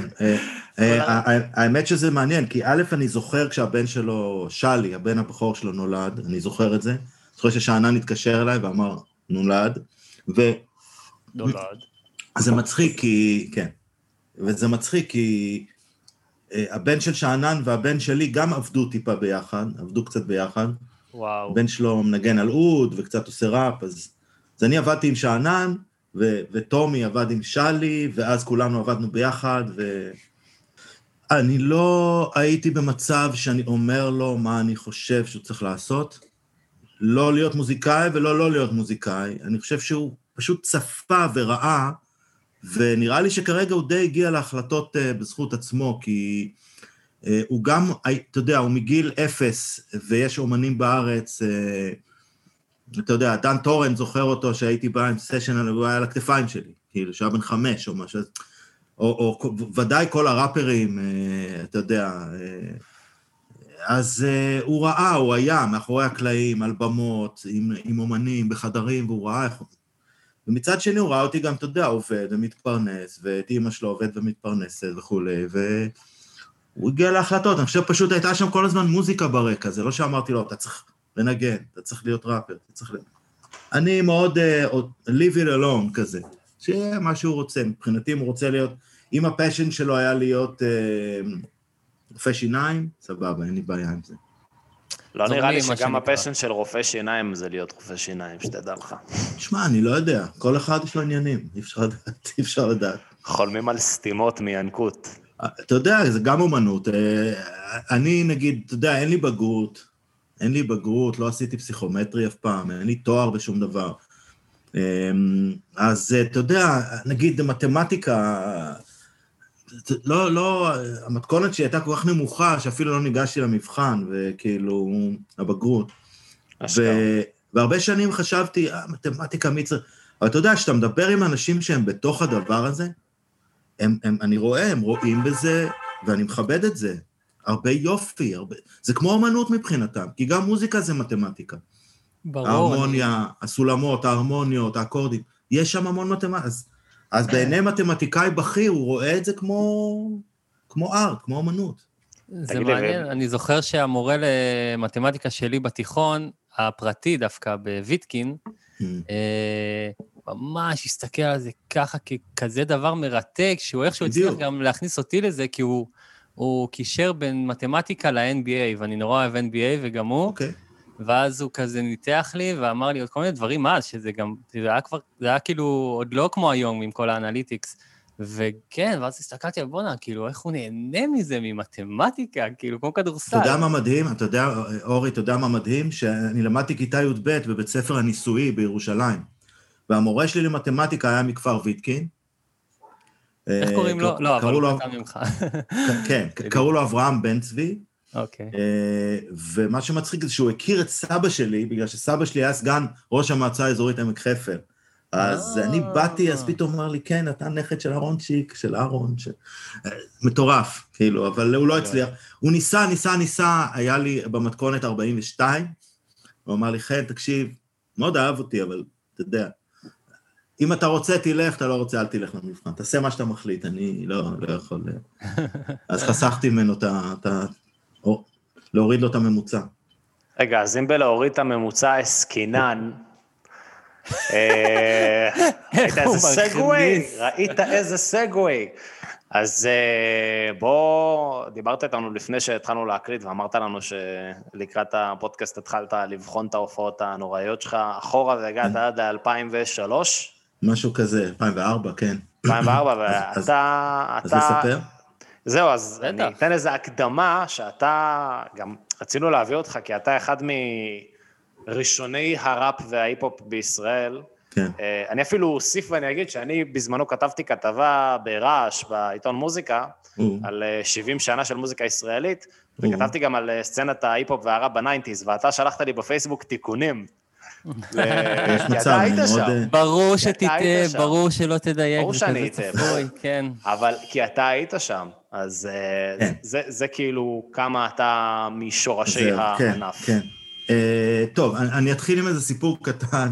Speaker 7: האמת שזה מעניין, כי א', אני זוכר כשהבן שלו, שלי, הבן הבכור שלו נולד, אני זוכר את זה, זוכר ששאנן התקשר אליי ואמר, נולד,
Speaker 6: נולד.
Speaker 7: זה מצחיק, כי, כן, וזה מצחיק, כי הבן של שאנן והבן שלי גם עבדו טיפה ביחד, עבדו קצת ביחד,
Speaker 6: וואו.
Speaker 7: הבן שלו מנגן על אוד וקצת עושה ראפ, אז אני עבדתי עם שאנן, וטומי עבד עם שלי, ואז כולנו עבדנו ביחד, ואני לא הייתי במצב שאני אומר לו מה אני חושב שהוא צריך לעשות, לא להיות מוזיקאי ולא להיות מוזיקאי, אני חושב שהוא פשוט צפה וראה, ונראה לי שכרגע הוא די הגיע להחלטות בזכות עצמו, כי הוא גם, אתה יודע, הוא מגיל 0, ויש אומנים בארץ, אתה יודע, דן טורן זוכר אותו שהייתי בא עם סשן, הוא היה על הכתפיים שלי, כאילו, שהיה בן 5 או משהו, או ודאי כל הראפרים, אתה יודע, אז הוא ראה, הוא היה מאחורי הקלעים, על במות, עם אומנים, בחדרים, והוא ראה איך... ומצד שני הוא ראה אותי גם, אתה יודע, עובד ומתפרנס, ואת אמא שלו עובד ומתפרנסת וכו', והוא הגיע להחלטות, אני חושב פשוט הייתה שם כל הזמן מוזיקה ברקע, זה לא שאמרתי לו, אתה צריך לנגן, אתה צריך להיות ראפר, אתה צריך... אני מאוד leave it alone כזה, שיהיה מה שהוא רוצה, מבחינתי אם הוא רוצה להיות, אם הפשן שלו היה להיות רופא שיניים, סבבה, אין לי בעיה עם זה.
Speaker 5: לא נראה לי שגם הפשן של רופא שיניים זה להיות רופא שיניים, שתדע לך.
Speaker 7: שמע, אני לא יודע, כל אחד יש לו עניינים, אי אפשר לדעת.
Speaker 5: חולמים על סתימות מינקות.
Speaker 7: אתה יודע, זה גם אומנות. אני נגיד, אתה יודע, אין לי בגרות, לא עשיתי פסיכומטרי אף פעם, אין לי תואר בשום דבר. אז אתה יודע, נגיד מתמטיקה, לא, המתכונת שהייתה כל כך נמוכה, שאפילו לא ניגשתי למבחן, וכאילו, הבגרות. והרבה שנים חשבתי, מתמטיקה מצר, אבל אתה יודע, שאתה מדבר עם אנשים שהם בתוך הדבר הזה, אני רואה, הם רואים בזה, ואני מכבד את זה. הרבה יופי, זה כמו אומנות מבחינתם, כי גם מוזיקה זה מתמטיקה. ברור. ההרמוניה, הסולמות, ההרמוניות, האקורדים, יש שם המון מתמטיקה, אז בעיני מתמטיקאי בכיר, הוא רואה את זה כמו ארט, כמו אומנות.
Speaker 6: זה מעניין, אני זוכר שהמורה למתמטיקה שלי בתיכון, הפרטי דווקא בוויטקין, ממש הסתכל על זה ככה, כזה דבר מרתק, שהוא איכשהו הצליח גם להכניס אותי לזה, כי הוא קישר בין מתמטיקה ל-NBA, ואני נורא אוהב NBA וגם הוא, ואז הוא כזה ניתח לי, ואמר לי עוד כל מיני דברים אז, שזה גם, זה היה כאילו עוד לא כמו היום עם כל האנליטיקס, וכן, ואז הסתכלתי על בונה, כאילו, איך הוא נהנה מזה ממתמטיקה, כאילו, כמו כדורסל.
Speaker 7: אתה יודע מה מדהים? אורי, אתה יודע מה מדהים? שאני למדתי כיתה י"ב בבית ספר הניסויי בירושלים, והמורה שלי למתמטיקה היה מכפר ויטקין.
Speaker 6: איך קוראים לו? לא, אבל הוא קטן ממך.
Speaker 7: כן, קראו לו אברהם בן צבי.
Speaker 6: אוקיי.
Speaker 7: ומה שמצחיק זה שהוא הכיר את סבא שלי, בגלל שסבא שלי היה סגן ראש המועצה האזורית עמק חפר. אז אני באתי, אז פתאום אמר לי, כן, אתה נכד של אהרונצ'יק, של אהרון, מטורף, כאילו, אבל הוא לא הצליח. הוא ניסה, היה לי במתכונת 42, הוא אמר לי, כן, תקשיב, מאוד אהב אותי, אבל אתה יודע, אם אתה רוצה, תלך, אתה לא רוצה, אל תלך למבחן. תעשה מה שאתה מחליט, אני לא יכול. אז חסכתי ממנו להוריד לו את הממוצע.
Speaker 5: רגע, אז אם בלהוריד את הממוצע הסקינן, ראית איזה סגווי. אז בוא, דיברת איתנו לפני שהתחלנו להקליט, ואמרת לנו שלקראת הפודקאסט התחלת לבחון את ההופעות הנוראיות שלך, אחורה והגעת עד ל-2003?
Speaker 7: משהו כזה, 2004, כן.
Speaker 5: 2004, ואתה...
Speaker 7: אז נספר?
Speaker 5: זהו, אז אני אתן איזו הקדמה, שאתה, גם רצינו להביא אותך, כי אתה אחד מראשוני הראפ וההיפ-הופ בישראל.
Speaker 7: כן.
Speaker 5: אני אפילו אוסיף ואני אגיד שאני בזמנו כתבתי כתבה ברעש, בעיתון מוזיקה, על 70 שנה של מוזיקה ישראלית, וכתבתי גם על סצנת ההיפ-הופ והראפ בניינטיז, ואתה שלחת לי בפייסבוק תיקונים.
Speaker 7: יש מצב, אני מאוד...
Speaker 6: ברור שתיתה, ברור שלא תדייק.
Speaker 5: ברור שאני אתן.
Speaker 6: כן.
Speaker 5: אבל כי אתה היית שם, אז זה כאילו כמה אתה משורשי הענף.
Speaker 7: כן, כן. טוב, אני אתחיל עם איזה סיפור קטן,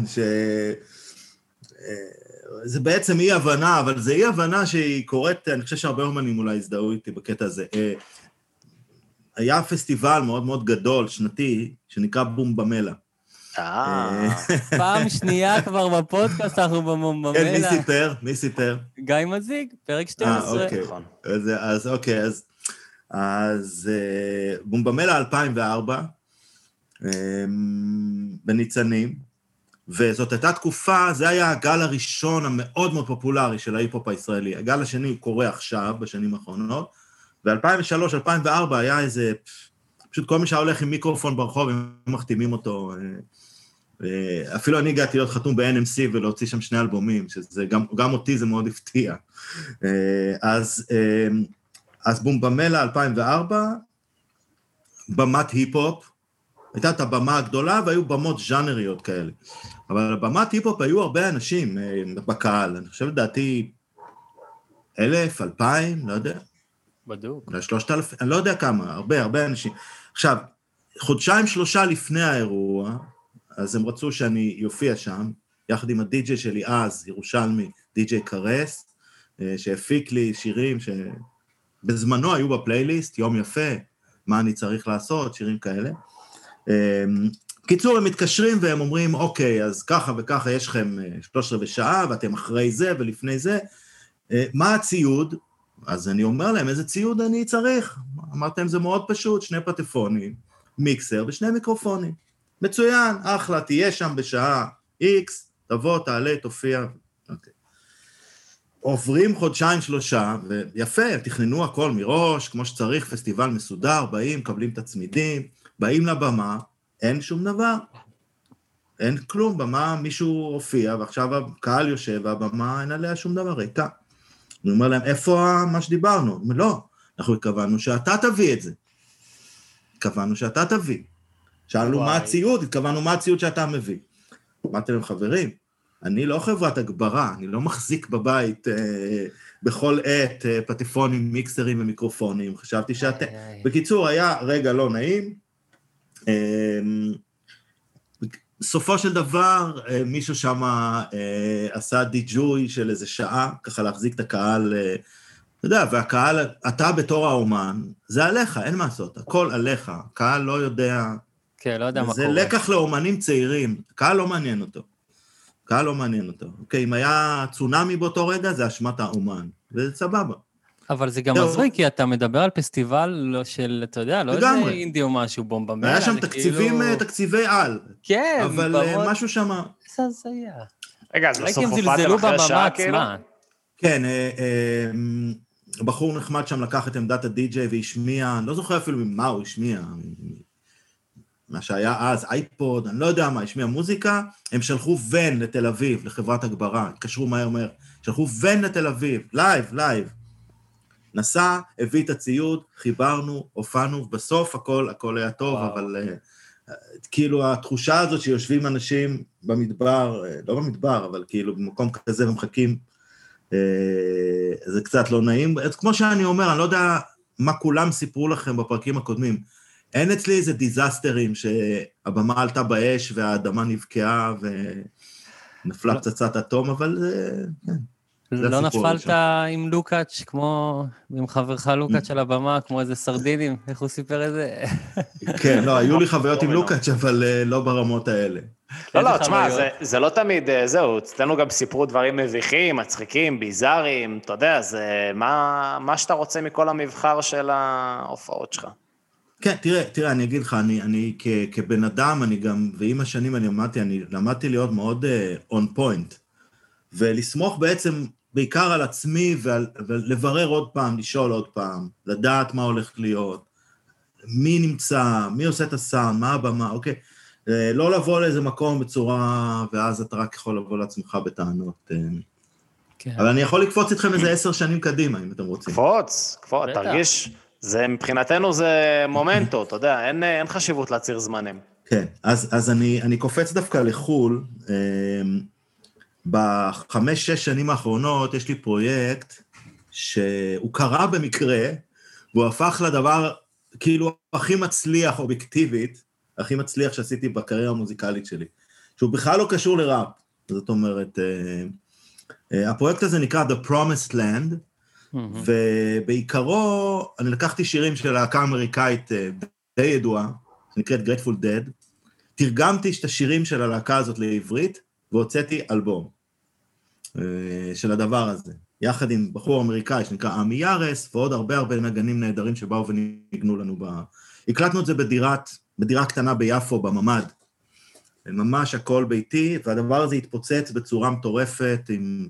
Speaker 7: זה בעצם אי הבנה, אבל זה אי הבנה שהיא קורית, אני חושב שהרבה אומנים אולי הזדהו איתי בקטע הזה. היה פסטיבל מאוד מאוד גדול, שנתי, שנקרא בום במלה.
Speaker 6: פעם שנייה כבר בפודקאסט, אנחנו במלה.
Speaker 7: כן, מי סיפר?
Speaker 6: גיא מזיג, פרק 12.
Speaker 7: אוקיי. אז אוקיי, אז בום במלה 2004, בניצנים, וזאת הייתה תקופה, זה היה הגל הראשון המאוד מאוד פופולרי של ההיפ-הופ הישראלי. הגל השני הוא קורה עכשיו, בשנים האחרונות, ו-2003-2004 היה איזה, פשוט כל מי שהולך עם מיקרופון ברחוב, הם מחתימים אותו, אפילו אני הגעתי להיות חתום ב-NMC ולהוציא שם 2 אלבומים, שזה גם אותי זה מאוד הפתיע. אז בום במלה 2004, במת היפ-הופ, הייתה את הבמה הגדולה, והיו במות ז'אנריות כאלה. אבל בבמת היפ-הופ היו הרבה אנשים בקהל, אני חושב לדעתי 1,000, 2,000, לא יודע.
Speaker 6: בדיוק.
Speaker 7: 3,000, אני לא יודע כמה, הרבה אנשים. עכשיו, 1-3 לפני האירוע, אז הם רצו שאני יופיע שם, יחד עם הדי-ג'יי שלי אז, ירושלמי, די-ג'יי קרס, שהפיק לי שירים שבזמנו היו בפלייליסט, יום יפה, מה אני צריך לעשות, שירים כאלה. קיצור, הם מתקשרים והם אומרים, אוקיי, אז ככה וככה יש לכם 13 שעה, ואתם אחרי זה ולפני זה, מה הציוד? אז אני אומר להם, איזה ציוד אני צריך? אמרתם, זה מאוד פשוט, 2 פטפונים, מיקסר ו2 מיקרופונים. מצוין, אחלה, תהיה שם בשעה X, תבוא, תעלה, תופיע. אוקיי. עוברים 1-3, ויפה, תכננו הכל מראש, כמו שצריך, פסטיבל מסודר, באים, קבלים את הצמידים, באים לבמה, אין שום דבר. אין כלום, במה מישהו הופיע, ועכשיו הקהל יושב, והבמה אין עליה שום דבר, ריקה. אני אומר להם, איפה מה שדיברנו? הוא אומר, לא, אנחנו התכוונו שאתה תביא את זה. התכוונו שאתה תביא. שאלנו מה הציוד, התכוונו מה הציוד שאתה מביא. אמרתי להם, חברים, אני לא חברת הגברה, אני לא מחזיק בבית בכל עת פטפונים, מיקסרים ומיקרופונים, חשבתי שאתם... בקיצור, היה רגע לא נעים, בסופו של דבר, מישהו שם עשה דיג'וי של איזה שעה, ככה להחזיק את הקהל, אתה יודע, והקהל, אתה בתור האומן, זה עליך, אין מה לעשות, הכל עליך, הקהל לא יודע...
Speaker 6: כן, לא יודע מה קורה.
Speaker 7: זה לקח לאומנים צעירים, הקהל לא מעניין אותו. הקהל לא מעניין אותו. אוקיי, אם היה צונאמי באותו רגע, זה אשמת האומן, וזה סבבה.
Speaker 6: אבל זה גם מזוי, כי אתה מדבר על פסטיבל של, אתה יודע, לא איזה אינדי או משהו בומבמלה.
Speaker 7: היה שם תקציבי על.
Speaker 6: כן,
Speaker 7: אבל משהו שם...
Speaker 6: איזה הזיה.
Speaker 5: רגע, אז בסוף הופעתם אחרי שעה, כאילו?
Speaker 7: כן, בחור נחמד שם לקח את עמדת הדי-ג'יי והשמיע, אני לא זוכר אפילו ממה הוא השמיע, מה שהיה אז, אייפוד, אני לא יודע מה, השמיע מוזיקה, הם שלחו ון לתל אביב, לחברת הגברה, התקשרו מהר, שלחו ון לתל אביב, לייב, נסע, הביא את הציוד, חיברנו, הופענו, בסוף הכל היה טוב, אבל כאילו התחושה הזאת שיושבים אנשים במדבר, לא במדבר, אבל כאילו במקום כזה ומחכים, זה קצת לא נעים. כמו שאני אומר, אני לא יודע מה כולם סיפרו לכם בפרקים הקודמים, אין אצלי איזה דיזסטרים שהבמה עלתה באש והאדמה נבקעה ונפלה פצצת אטום, אבל
Speaker 6: לא נפלת עם לוקאץ' כמו, עם חברך לוקאץ' על הבמה, כמו איזה סרדינים, איך הוא סיפר את זה?
Speaker 7: כן, לא, היו לי חוויות עם לוקאץ', אבל לא ברמות האלה.
Speaker 5: לא, תשמע, זה לא תמיד, זהו, אצלנו גם סיפרו דברים מביכים, מצחיקים, ביזאריים, אתה יודע, זה מה שאתה רוצה מכל המבחר של ההופעות שלך.
Speaker 7: כן, תראה, אני אגיד לך, אני כבן אדם, אני גם, ועם השנים אני למדתי להיות מאוד on point, ולסמוך בעצם בעיקר על עצמי, ולברר עוד פעם, לשאול עוד פעם, לדעת מה הולך להיות, מי נמצא, מי עושה את הסאונד, מה הבמה, אוקיי? לא לבוא לאיזה מקום בצורה, ואז אתה רק יכול לבוא לעצמך בטענות. כן. אבל אני יכול לקפוץ איתכם איזה 10 שנים קדימה, אם אתם רוצים.
Speaker 5: קפוץ, תרגיש, מבחינתנו זה מומנטו, אתה יודע, אין חשיבות להציר זמנים.
Speaker 7: כן, אז אני קופץ דווקא לחול, ב5-6 שנים האחרונות יש לי פרויקט שהוא קרה במקרה, והוא הפך לדבר כאילו הכי מצליח אובייקטיבית, הכי מצליח שעשיתי בקריירה המוזיקלית שלי, שהוא בכלל לא קשור לראפ. זאת אומרת, הפרויקט הזה נקרא The Promised Land, ובעיקרו אני לקחתי שירים של להקה אמריקאית די ידועה, שנקראת Grateful Dead, תרגמתי את השירים של הלהקה הזאת לעברית, והוצאתי אלבום של הדבר הזה, יחד עם בחור אמריקאי שנקרא עמי יארס, ועוד הרבה נגנים נהדרים שבאו וניגנו לנו הקלטנו את זה בדירה קטנה ביפו, בממד, ממש הכל ביתי, והדבר הזה התפוצץ בצורה מטורפת, עם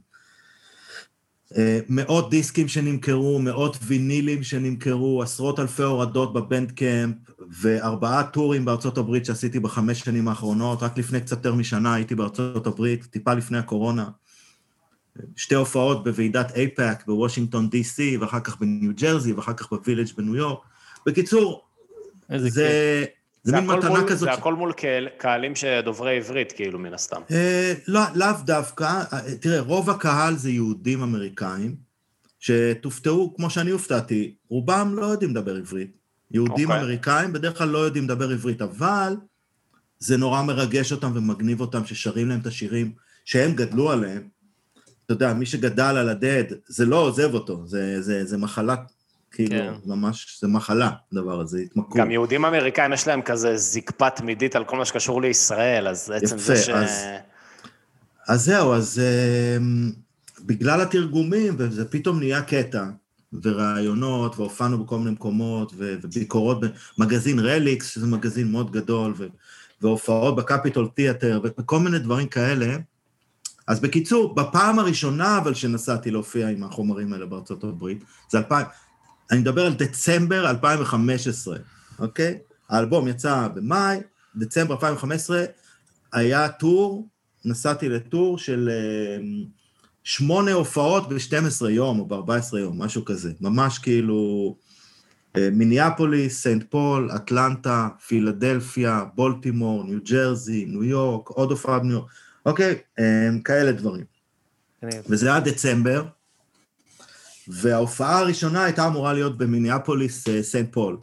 Speaker 7: מאות דיסקים שנמכרו, מאות וינילים שנמכרו, עשרות אלפי הורדות בבנדקאמפ, ו4 טורים בארצות הברית שעשיתי ב5 שנים האחרונות, רק לפני קצת יותר משנה הייתי בארצות הברית, טיפה לפני הקורונה, 2 הופעות בוועידת אייפאק בוושינגטון DC, ואחר כך בניו ג'רזי, ואחר כך בווילג' בניו יורק. בקיצור, זה מין מתנה כזאת.
Speaker 5: זה הכל מול קהלים שדוברי עברית, כאילו, מן הסתם.
Speaker 7: לאו דווקא, תראה, רוב הקהל זה יהודים אמריקאים, שתופתעו, כמו שאני הופתעתי, רובם לא יודעים לדבר עברית. יהודים אמריקאים בדרך כלל לא יודעים לדבר עברית, אבל זה נורא מרגש אותם ומגניב אותם, ששרים להם את השירים שהם גדלו עליהם. אתה יודע, מי שגדל על הדד, זה לא עוזב אותו, זה מחלה, כאילו, ממש, זה מחלה, דבר הזה, התמכרות.
Speaker 5: גם יהודים אמריקאים יש להם כזה זקפה תמידית על כל מה שקשור לישראל, אז עצם זה ש...
Speaker 7: אז זהו, אז בגלל התרגומים, וזה פתאום נהיה קטע, ורעיונות, והופענו בכל מיני מקומות, וביקורות במגזין רליקס, שזה מגזין מאוד גדול, והופעות בקפיטול תיאטר, וכל מיני דברים כאלה. אז בקיצור, בפעם הראשונה, אבל שנסעתי להופיע עם החומרים האלה בארצות הברית, זה אני מדבר על דצמבר 2015, אוקיי? האלבום יצא במאי, דצמבר 2015, היה טור, נסעתי לטור של 8 הופעות ב-12 יום, או ב-14 יום, משהו כזה. ממש כאילו, מיניאפוליס, סנט פול, אטלנטה, פילדלפיה, בולטימור, ניו ג'רזי, ניו יורק, עוד הופעה בניו יורק. אוקיי, כאלה דברים. וזה היה דצמבר, וההופעה הראשונה הייתה אמורה להיות במיניאפוליס, סנט פול,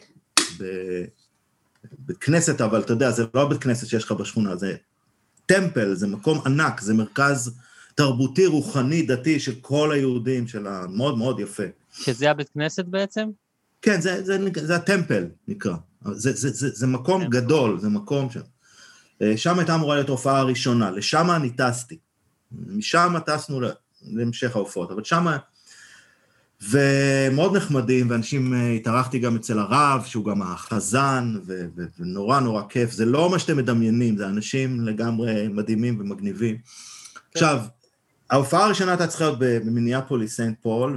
Speaker 7: בכנסת, אבל אתה יודע, זה לא בית כנסת שיש לך בשכונה, זה טמפל, זה מקום ענק, זה מרכז תרבותי, רוחני, דתי, של כל היהודים, מאוד מאוד יפה.
Speaker 6: שזה הבית כנסת בעצם?
Speaker 7: כן, זה הטמפל נקרא. זה מקום גדול, זה מקום שם. שם הייתה אמורה להיות ההופעה הראשונה, לשם אני טסתי. משם טסנו להמשך ההופעות, אבל שם... ומאוד נחמדים, ואנשים, התארחתי גם אצל הרב, שהוא גם החזן, ונורא נורא כיף. זה לא מה שאתם מדמיינים, זה אנשים לגמרי מדהימים ומגניבים. עכשיו, ההופעה הראשונה הייתה צריכה להיות במיניאפוליס סנט פול,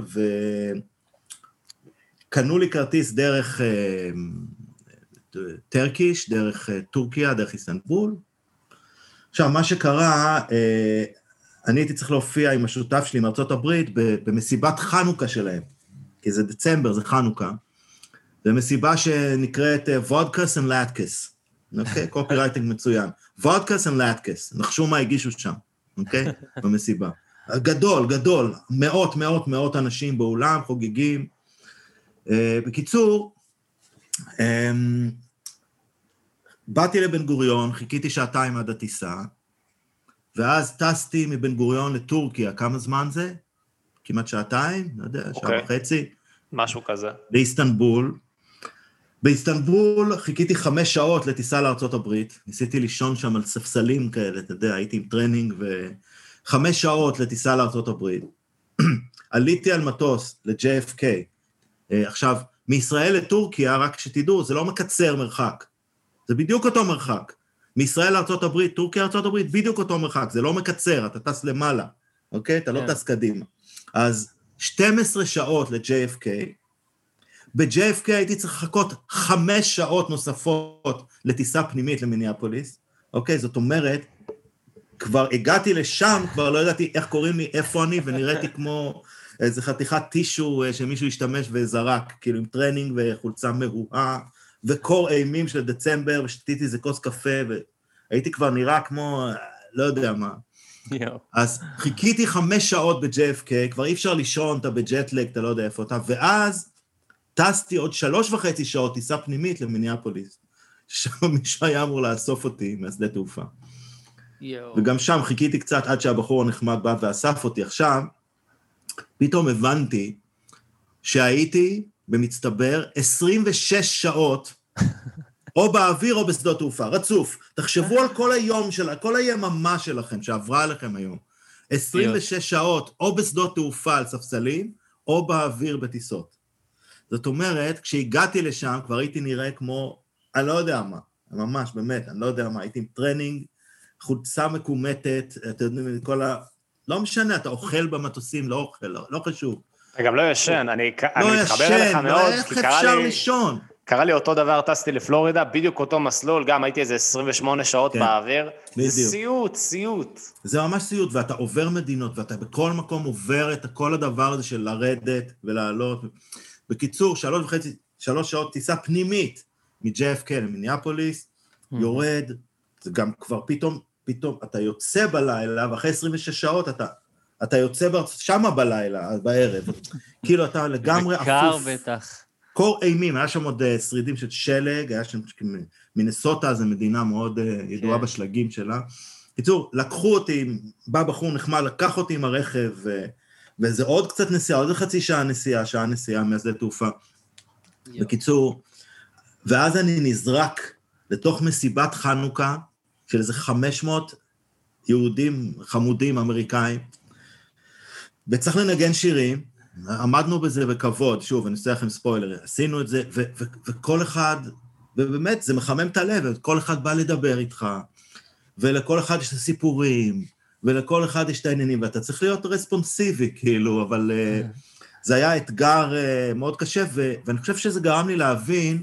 Speaker 7: וקנו לי כרטיס דרך טרקיש, דרך טורקיה, דרך איסטנבול. עכשיו, מה שקרה, אני הייתי צריך להופיע עם השותף שלי מארצות הברית במסיבת חנוכה שלהם, כי זה דצמבר, זה חנוכה. זו מסיבה שנקראת וודקס and לטקס, אוקיי? קופירייטינג מצוין. וודקס and לטקס, נחשו מה הגישו שם, אוקיי? במסיבה. גדול, גדול, מאות אנשים באולם, חוגגים. בקיצור, באתי לבן גוריון, חיכיתי שעתיים עד הטיסה, ואז טסתי מבן גוריון לטורקיה. כמה זמן זה? כמעט שעתיים, לא יודע, שעה וחצי.
Speaker 5: משהו כזה.
Speaker 7: באיסטנבול. באיסטנבול חיכיתי 5 שעות לטיסה לארצות הברית, ניסיתי לישון שם על ספסלים כאלה, אתה יודע, הייתי עם טרנינג, 5 שעות לטיסה לארצות הברית. עליתי על מטוס ל-JFK. עכשיו, מישראל לטורקיה, רק שתדעו, זה לא מקצר מרחק. זה בדיוק אותו מרחק. מישראל לארצות הברית, טורקיה לארצות הברית, בדיוק אותו מרחק. זה לא מקצר, אתה טס למעלה, אוקיי? אתה לא טס קדימה. אז 12 שעות ל-JFK, ב-JFK הייתי צריך לחכות 5 שעות נוספות לטיסה פנימית למיניאפוליס, אוקיי? זאת אומרת, כבר הגעתי לשם, כבר לא ידעתי איך קוראים לי, איפה אני, ונראיתי כמו איזה חתיכת טישו שמישהו השתמש וזרק, כאילו עם טרנינג וחולצה מרועה, וקור אימים של דצמבר, ושתיתי איזה כוס קפה, והייתי כבר נראה כמו, לא יודע מה. אז חיכיתי 5 שעות ב-JFK, כבר אי אפשר לישון, אתה בג'טלג, אתה לא יודע איפה אתה, ואז טסתי עוד 3.5 שעות, טיסה פנימית למיניאפוליס, שם מישהו היה אמור לאסוף אותי מהשדה תעופה. וגם שם חיכיתי קצת עד שהבחור הנחמד בא ואסף אותי. עכשיו, פתאום הבנתי שהייתי במצטבר 26 שעות, או באוויר או בשדות תעופה, רצוף. תחשבו על כל היום, כל היממה שלכם שעברה עליכם היום. 26 שעות, או בשדות תעופה על ספסלים, או באוויר בטיסות. זאת אומרת, כשהגעתי לשם, כבר הייתי נראה כמו, אני לא יודע מה, ממש, באמת, אני לא יודע מה, הייתי עם טרנינג, חולצה מקומטת, אתה יודע, כל לא משנה, אתה אוכל במטוסים, לא אוכל, לא חשוב.
Speaker 5: אתה גם לא ישן, אני מתחבר אליך מאוד,
Speaker 7: איך אפשר לישון?
Speaker 5: קרה לי אותו דבר, טסתי לפלורידה, בדיוק אותו מסלול, גם הייתי איזה 28 שעות באוויר, זה סיוט. זה
Speaker 7: ממש סיוט, ואתה עובר מדינות, ואתה בכל מקום עובר את כל הדבר הזה של לרדת ולעלות. בקיצור, 3 שעות טיסה פנימית מ-JFK למיניאפוליס, יורד, זה גם כבר פתאום אתה יוצא בלילה, ואחרי 26 שעות אתה יוצא שמה בלילה, בערב, כאילו אתה לגמרי אפוף.
Speaker 6: בקר בטח.
Speaker 7: קור אימים, היה שם עוד שרידים של שלג, היה שם מינסוטה, זו מדינה מאוד ידועה בשלגים שלה. קיצור, לקחו אותי, בא בחור נחמד, לקח אותי עם הרכב, וזה עוד קצת נסיעה, עוד חצי שעה נסיעה מהשדה תעופה. בקיצור, ואז אני נזרק לתוך מסיבת חנוכה, של איזה 500 יהודים חמודים אמריקאים, וצריך לנגן שירים, עמדנו בזה בכבוד, שוב, אני עושה לכם ספוילר, עשינו את זה, וכל אחד, ובאמת זה מחמם את הלב, וכל אחד בא לדבר איתך, ולכל אחד יש את הסיפורים, ולכל אחד יש את העניינים, ואתה צריך להיות רספונסיבי, כאילו, אבל זה היה אתגר מאוד קשה, ואני חושב שזה גרם לי להבין,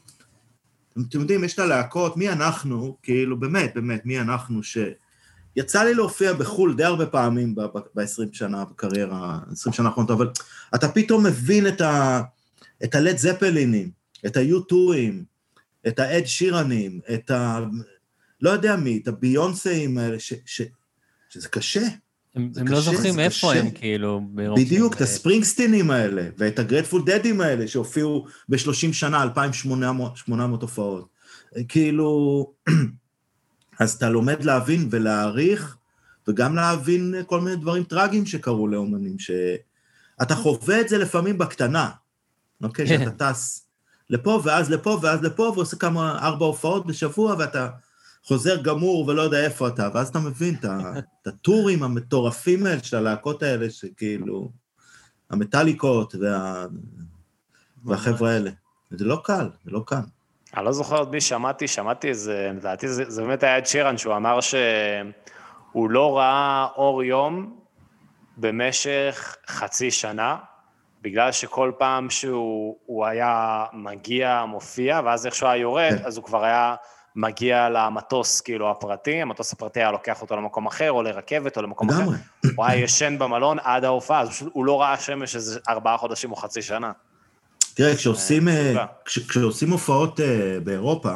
Speaker 7: אתם יודעים, יש את הלהקות, מי אנחנו, כאילו, באמת, מי אנחנו, שיצא לי להופיע בחול די הרבה פעמים ב-20 שנה בקריירה, 20 שנה האחרונות, אבל אתה פתאום מבין את הלד זפלינים, את היוטואים, את האד שירנים, את לא יודע מי, את הביונסאים האלה, שזה קשה.
Speaker 6: הם לא זוכרים איפה הם, כאילו.
Speaker 7: בדיוק, את הספרינגסטינים האלה, ואת הגרייטפול דדים האלה, שהופיעו ב-30 שנה, 2,800 הופעות. כאילו, אז אתה לומד להבין ולהעריך, וגם להבין כל מיני דברים טרגיים שקרו לאומנים, שאתה חווה את זה לפעמים בקטנה, אוקיי? שאתה טס לפה, ואז לפה, ואז לפה, ועושה כמה 4 הופעות בשבוע, ואתה חוזר גמור ולא יודע איפה אתה, ואז אתה מבין את הטורים המטורפים האלה של הלהקות האלה, שכאילו, המטליקות והחבר'ה האלה. זה לא קל, זה לא קל.
Speaker 5: אני לא זוכר עוד מי שמעתי איזה, לדעתי זה באמת היה את שירן, שהוא אמר שהוא לא ראה אור יום במשך חצי שנה, בגלל שכל פעם שהוא היה מגיע, מופיע, ואז איך שהוא היה יורד, אז הוא כבר היה מגיע למטוס כאילו הפרטי, המטוס הפרטי היה לוקח אותו למקום אחר, או לרכבת, או למקום אחר. הוא היה ישן במלון עד ההופעה, אז הוא לא ראה שמש איזה 4 חודשים או חצי שנה.
Speaker 7: תראה, כשעושים הופעות באירופה,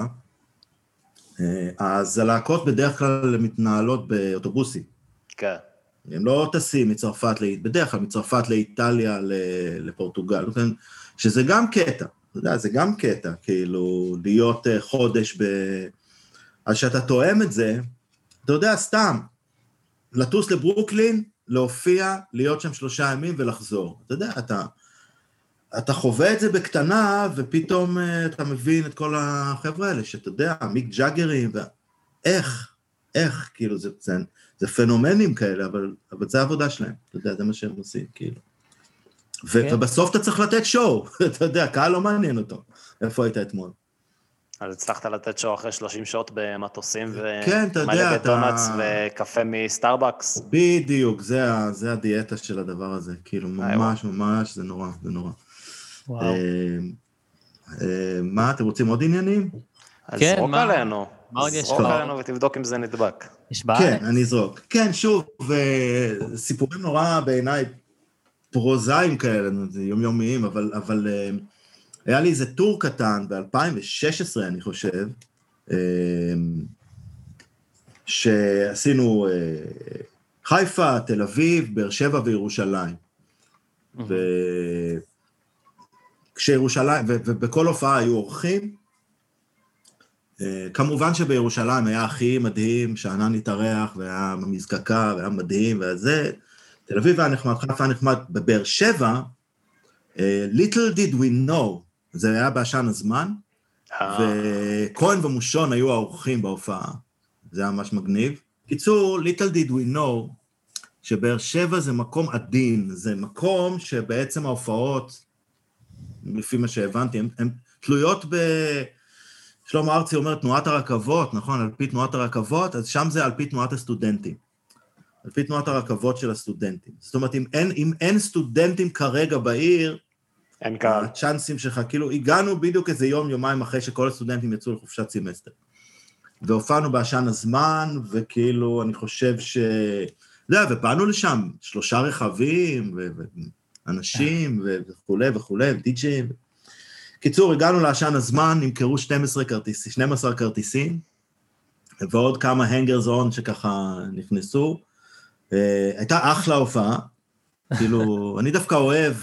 Speaker 7: אז הלהקות בדרך כלל מתנהלות באוטובוסים.
Speaker 5: כן.
Speaker 7: הם לא טסים מצרפת, בדרך כלל מצרפת לאיטליה, לפורטוגל, שזה גם קטע, אתה יודע, זה גם קטע, כאילו, להיות חודש אז שאתה תואם את זה, אתה יודע, סתם, לטוס לברוקלין, להופיע, להיות שם 3 ימים ולחזור. אתה יודע, אתה חווה את זה בקטנה, ופתאום אתה מבין את כל החבר'ה האלה, שאתה יודע, מיק ג'אגרים, איך, כאילו, זה פנומנים כאלה, אבל זה העבודה שלהם, אתה יודע, זה מה שהם עושים, כאילו. ובסוף אתה צריך לתת שואו, אתה יודע, קהל לא מעניין אותו. איפה היית אתמול?
Speaker 5: אז הצלחת לתת שואו אחרי 30 שעות במטוסים,
Speaker 7: כן, אתה יודע,
Speaker 5: ומלא בדונלדס וקפה מסטארבקס.
Speaker 7: בדיוק, זה הדיאטה של הדבר הזה, כאילו, ממש, זה נורא, זה נורא. מה, אתם רוצים עוד עניינים?
Speaker 5: אז זרוק עלינו.
Speaker 6: מה עוד יש?
Speaker 5: זרוק עלינו ותבדוק אם זה נדבק.
Speaker 6: יש בארץ?
Speaker 7: כן, אני אזרוק. כן, שוב, סיפורים נורא בעיניי פרוזאים כאלה, יומיומיים, אבל היה לי איזה טור קטן ב-2016, אני חושב, שעשינו חיפה, תל אביב, באר שבע וירושלים. כשירושלים, ובכל הופעה היו אורחים, כמובן שבירושלים היה הכי מדהים, שענן התארח, והיה מזקקה, והיה מדהים, וזה, תל אביב היה נחמד, חיפה היה נחמד, בבאר שבע, little did we know, זה היה בעשן הזמן, וכהן ומושון היו האורחים בהופעה, זה היה ממש מגניב. קיצור, little did we know, שבאר שבע זה מקום עדין, זה מקום שבעצם ההופעות, לפי מה שהבנתי, הן תלויות שלמה ארצי אומר תנועת הרכבות, נכון? על פי תנועת הרכבות, אז שם זה על פי תנועת הסטודנטים. על פי תנועת הרכבות של הסטודנטים. זאת אומרת, אם אין סטודנטים כרגע בעיר,
Speaker 5: אין קהל.
Speaker 7: הצ'אנסים שלך, כאילו, הגענו בדיוק איזה יומיים אחרי שכל הסטודנטים יצאו לחופשת סמסטר. והופענו בעשן הזמן, וכאילו, אני חושב ובאנו לשם 3 רכבים, ואנשים, וכו', די-ג'ים. קיצור, הגענו לעשן הזמן, נמכרו 12 כרטיסים, ועוד כמה הנגרס און שככה נכנסו. הייתה אחלה הופעה, כאילו, אני דווקא אוהב,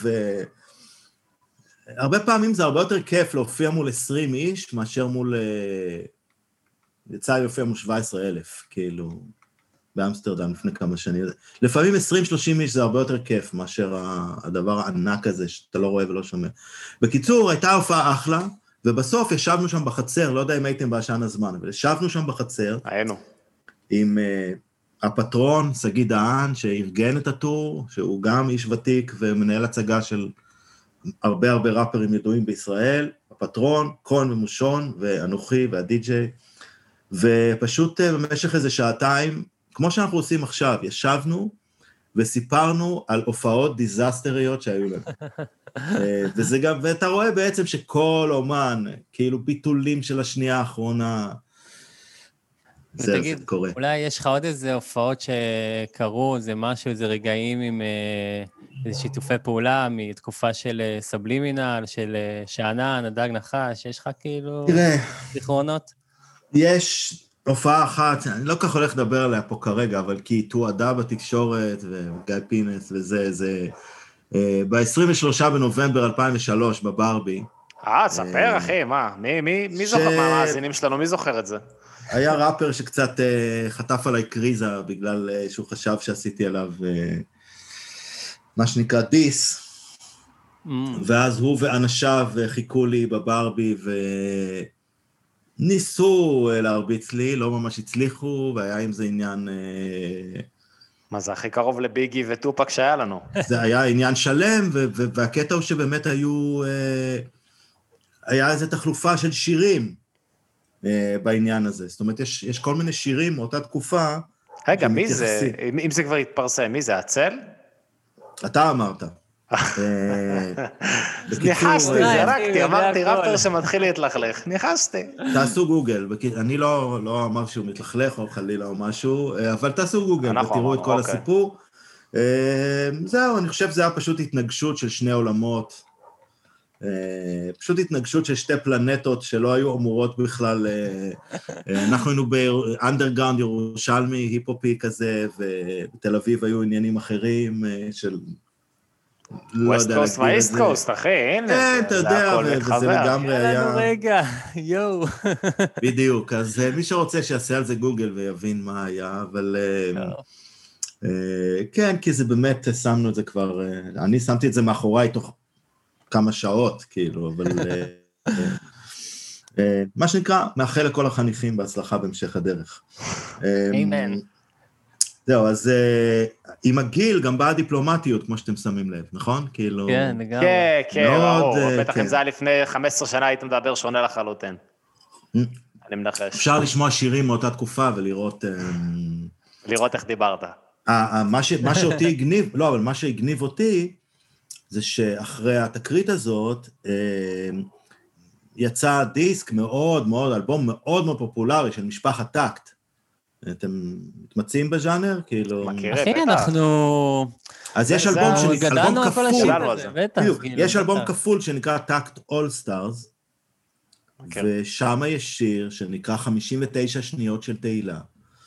Speaker 7: הרבה פעמים זה הרבה יותר כיף להופיע מול 20 איש, מאשר מול, יצא להופיע מול 17,000, כאילו, באמסטרדם לפני כמה שנים. לפעמים 20-30 איש זה הרבה יותר כיף, מאשר הדבר הענק הזה שאתה לא רואה ולא שומע. בקיצור, הייתה הופעה אחלה, ובסוף ישבנו שם בחצר, לא יודע אם הייתם בעשן הזמן, אבל ישבנו שם בחצר.
Speaker 5: היינו.
Speaker 7: עם הפטרון, סגי דהן, שארגן את הטור, שהוא גם איש ותיק ומנהל הצגה של הרבה ראפרים ידועים בישראל, הפטרון, כהן ומושון, ואנוכי והדי-ג'יי, ופשוט במשך איזה שעתיים, כמו שאנחנו עושים עכשיו, ישבנו וסיפרנו על הופעות דיזסטריות שהיו לנו. וזה גם, ואתה רואה בעצם שכל אומן, כאילו ביטולים של השנייה האחרונה, זה קורה.
Speaker 6: אולי יש לך עוד איזה הופעות שקרו, זה משהו, איזה רגעים עם איזה שיתופי פעולה, מתקופה של סבלימינל, של שענן, הדג נחש, יש לך כאילו זיכרונות?
Speaker 7: יש הופעה אחת, אני לא כך הולך לדבר עליה פה כרגע, אבל כי היא תועדה בתקשורת, וגיא פינס וזה, ב-23 בנובמבר 2003 בברבי.
Speaker 5: ספר אחי, מה? מי זוכר, מה המאזינים שלנו, מי זוכר את זה?
Speaker 7: היה ראפר שקצת חטף עליי קריזה, בגלל שהוא חשב שעשיתי עליו מה שנקרא דיס, ואז הוא ואנשיו חיכו לי בברבי, ניסו להרביץ לי, לא ממש הצליחו, והיה עם זה עניין
Speaker 5: מה זה הכי קרוב לביגי וטופק שהיה לנו?
Speaker 7: זה היה עניין שלם, והקטע הוא שבאמת היה איזו תחלופה של שירים בעניין הזה. זאת אומרת, יש כל מיני שירים מאותה תקופה.
Speaker 5: רגע, מי זה? אם זה כבר התפרסם, מי זה? הצל?
Speaker 7: אתה אמרת.
Speaker 5: ניחסתי, זרקתי, אמרתי ראפר שמתחיל להתלכלך, ניחסתי.
Speaker 7: תעשו גוגל, אני לא אמר שהוא מתלכלך או חלילה או משהו, אבל תעשו גוגל ותראו את כל הסיפור. זהו, אני חושב שזה היה פשוט התנגשות של שני עולמות, פשוט התנגשות של שתי פלנטות שלא היו אמורות בכלל, אנחנו היינו באנדרגראונד ירושלמי, היפופי כזה, ובתל אביב היו עניינים אחרים של...
Speaker 5: ווסט קוסט ואיסט קוסט, אחי, הנה.
Speaker 7: כן, אתה יודע, וזה לגמרי היה...
Speaker 6: לנו רגע, יואו.
Speaker 7: בדיוק, אז מי שרוצה שיעשה על זה גוגל ויבין מה היה, אבל... כן, כי זה באמת, שמנו את זה כבר... אני שמתי את זה מאחוריי תוך כמה שעות, כאילו, אבל... מה שנקרא, מאחל לכל החניכים בהצלחה בהמשך הדרך.
Speaker 6: אמן.
Speaker 7: זהו, אז עם הגיל גם באה דיפלומטיות, כמו שאתם שמים לב, נכון? כאילו...
Speaker 6: כן, לגמרי.
Speaker 5: כן, ברור, בטח אם זה היה לפני 15 שנה, היית מדבר שונה לחלוטין. אני מנחש.
Speaker 7: אפשר לשמוע שירים מאותה תקופה ולראות...
Speaker 5: לראות איך דיברת.
Speaker 7: מה שאותי הגניב, לא, אבל מה שהגניב אותי, זה שאחרי התקרית הזאת, יצא דיסק מאוד מאוד, אלבום מאוד מאוד פופולרי של משפחת טקט. אתם מתמצאים בז'אנר? כאילו...
Speaker 5: מכירי,
Speaker 6: אחי, אנחנו...
Speaker 7: אז יש אלבום שנקרא, אלבום כפול, יש אלבום
Speaker 6: בטח.
Speaker 7: כפול שנקרא טקט All Stars, ושם יש שיר שנקרא 59 שניות של תהילה,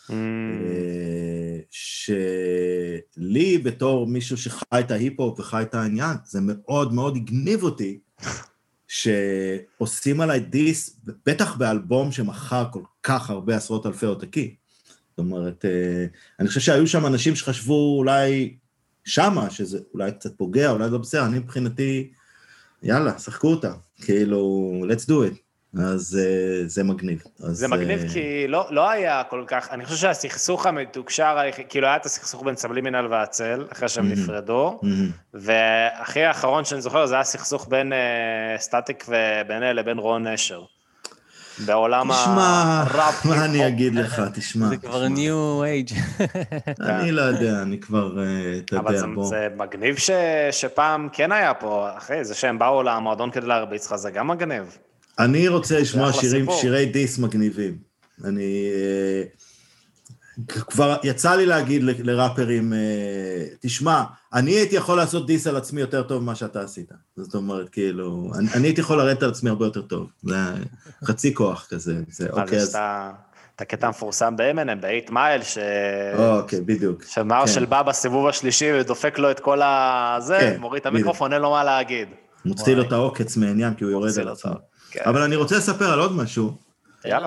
Speaker 7: שלי בתור מישהו שחי את ההיפ-הופ וחי את העניין, זה מאוד מאוד הגניב אותי, שעושים עליי דיס, בטח באלבום שמחר כל כך הרבה עשרות אלפי עותקים. זאת אומרת, אני חושב שהיו שם אנשים שחשבו אולי שמה, שזה אולי קצת פוגע, אולי לא בסדר, אני מבחינתי, יאללה, שחקו אותה, כאילו, let's do it. אז זה מגניב.
Speaker 5: זה מגניב כי לא היה כל כך, אני חושב שהסכסוך המתוקשר, כאילו היה את הסכסוך בין סבלימינל והצל, אחרי שהם נפרדו, והכי האחרון שאני זוכר, זה היה סכסוך בין סטטיק לבין רון נשר. בעולם הראפ.
Speaker 7: תשמע, מה אני אגיד לך, תשמע.
Speaker 6: זה כבר ניו אייג'.
Speaker 7: אני לא יודע, אני כבר, אתה יודע, בוא.
Speaker 5: אבל זה מגניב שפעם כן היה פה, אחי, זה שהם באו למועדון כדי להרביץ לך, זה גם מגניב.
Speaker 7: אני רוצה לשמוע שירי דיס מגניבים. אני... כבר יצא לי להגיד לראפרים, תשמע, אני הייתי יכול לעשות דיס על עצמי יותר טוב ממה שאתה עשית. זאת אומרת, כאילו, אני הייתי יכול לרדת על עצמי הרבה יותר טוב. זה חצי כוח כזה.
Speaker 5: אז יש את הקטע המפורסם באמנם, ב8 מייל,
Speaker 7: אוקיי, בדיוק.
Speaker 5: שמרשל בא בסיבוב השלישי ודופק לו את כל הזה, מוריד את המיקרופון, אין לו מה להגיד.
Speaker 7: מוציא לו את העוקץ מעניין, כי הוא יורד על עצמו. אבל אני רוצה לספר על עוד משהו.
Speaker 5: יאללה.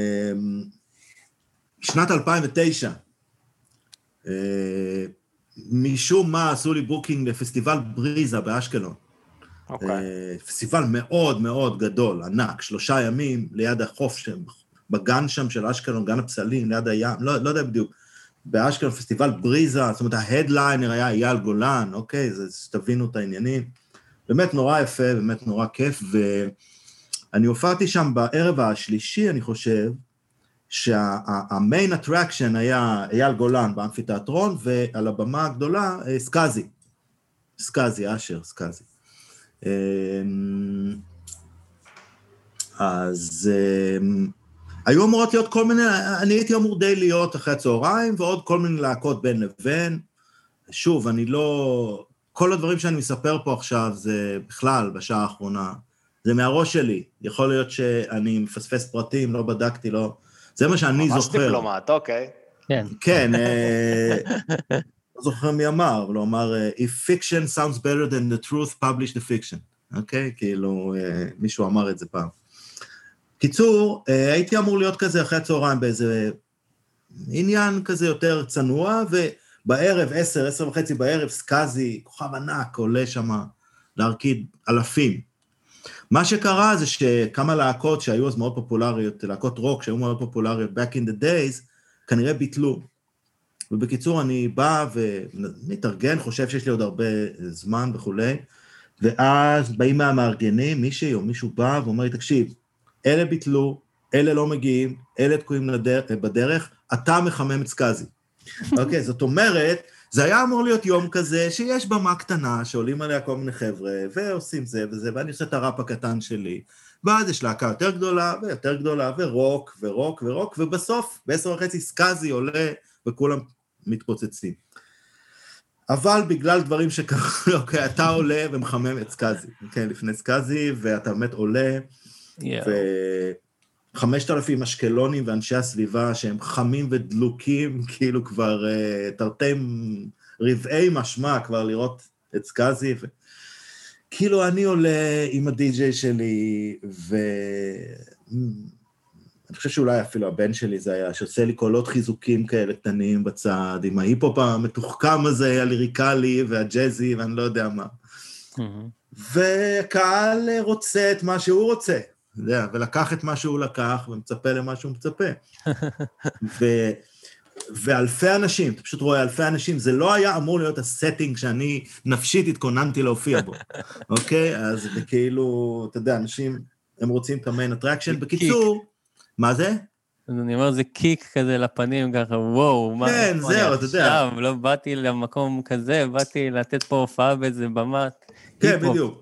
Speaker 7: שנת 2009, משום מה עשו לי בוקינג לפסטיבל בריזה באשקלון. פסטיבל מאוד מאוד גדול, ענק, 3 ימים ליד החוף, בגן שם של אשקלון, גן הפסלים, ליד הים, לא יודע בדיוק, באשקלון פסטיבל בריזה, זאת אומרת, ההדליינר היה אייל גולן, אוקיי, אז תבינו את העניינים. באמת נורא יפה, באמת נורא כיף, ואני הופעתי שם בערב השלישי, אני חושב, שהמיין אטרקשן היה אייל גולן באמפיתיאטרון, ועל הבמה הגדולה, סקאזי, אשר, סקאזי. אז היו אמורות להיות כל מיני, אני הייתי אמור די להיות אחרי הצהריים, ועוד כל מיני להקות בין לבין. שוב, אני לא... כל הדברים שאני מספר פה עכשיו, זה בכלל, בשעה האחרונה, זה מהראש שלי. יכול להיות שאני מפספס פרטים, לא בדקתי, לא... זה מה שאני זוכר.
Speaker 5: ממש דיפלומט, אוקיי.
Speaker 7: כן, לא זוכר מי אמר, אבל הוא אמר, If fiction sounds better than the truth, publish the fiction. אוקיי? כאילו, מישהו אמר את זה פעם. קיצור, הייתי אמור להיות כזה אחרי הצהריים באיזה עניין כזה יותר צנוע, ובערב, 10:30 בערב, סקאזי, כוכב ענק, עולה שם להרקיד אלפים. מה שקרה זה שכמה להקות שהיו אז מאוד פופולריות, להקות רוק שהיו מאוד פופולריות back in the days, כנראה ביטלו. ובקיצור, אני בא ומתארגן, חושב שיש לי עוד הרבה זמן וכולי, ואז באים מהמארגנים, מישהי או מישהו בא ואומר לי, תקשיב, אלה ביטלו, אלה לא מגיעים, אלה תקועים בדרך, אתה מחמם את סקאזי. אוקיי, זאת אומרת, זה היה אמור להיות יום כזה, שיש במה קטנה, שעולים עליה כל מיני חבר'ה, ועושים זה וזה, ואני עושה את הראפ הקטן שלי, ואז יש להקה יותר גדולה, ויותר גדולה, ורוק, ורוק, ורוק, ובסוף, ב10:30 סקאזי עולה, וכולם מתפוצצים. אבל בגלל דברים שקרו, אוקיי, אתה עולה ומחמם את סקאזי, כן, לפני סקאזי, ואתה באמת עולה, ו5,000 אשקלונים ואנשי הסביבה שהם חמים ודלוקים, כאילו כבר תרתי רבעי משמע כבר לראות את סקאזי, כאילו אני עולה עם הדי-ג'יי שלי, אני חושב שאולי אפילו הבן שלי זה היה, שעושה לי קולות חיזוקים כאלה קטנים בצד, עם ההיפופ המתוחכם הזה, הליריקלי והג'אזי, ואני לא יודע מה. והקהל רוצה את מה שהוא רוצה, ולקח את מה שהוא לקח, ומצפה למה שהוא מצפה. ואלפי אנשים, אתה פשוט רואה אלפי אנשים, זה לא היה אמור להיות הסטינג שאני נפשית התכוננתי להופיע בו, אוקיי? אז זה כאילו, אתה יודע, אנשים, הם רוצים את המיין אטרקשן, בקיצור, מה זה?
Speaker 6: אני אומר, זה קיק כזה לפנים, ככה, וואו, מה?
Speaker 7: כן, זהו, אתה יודע.
Speaker 6: לא באתי למקום כזה, באתי לתת פה הופעה באיזה במה.
Speaker 7: כן, בדיוק.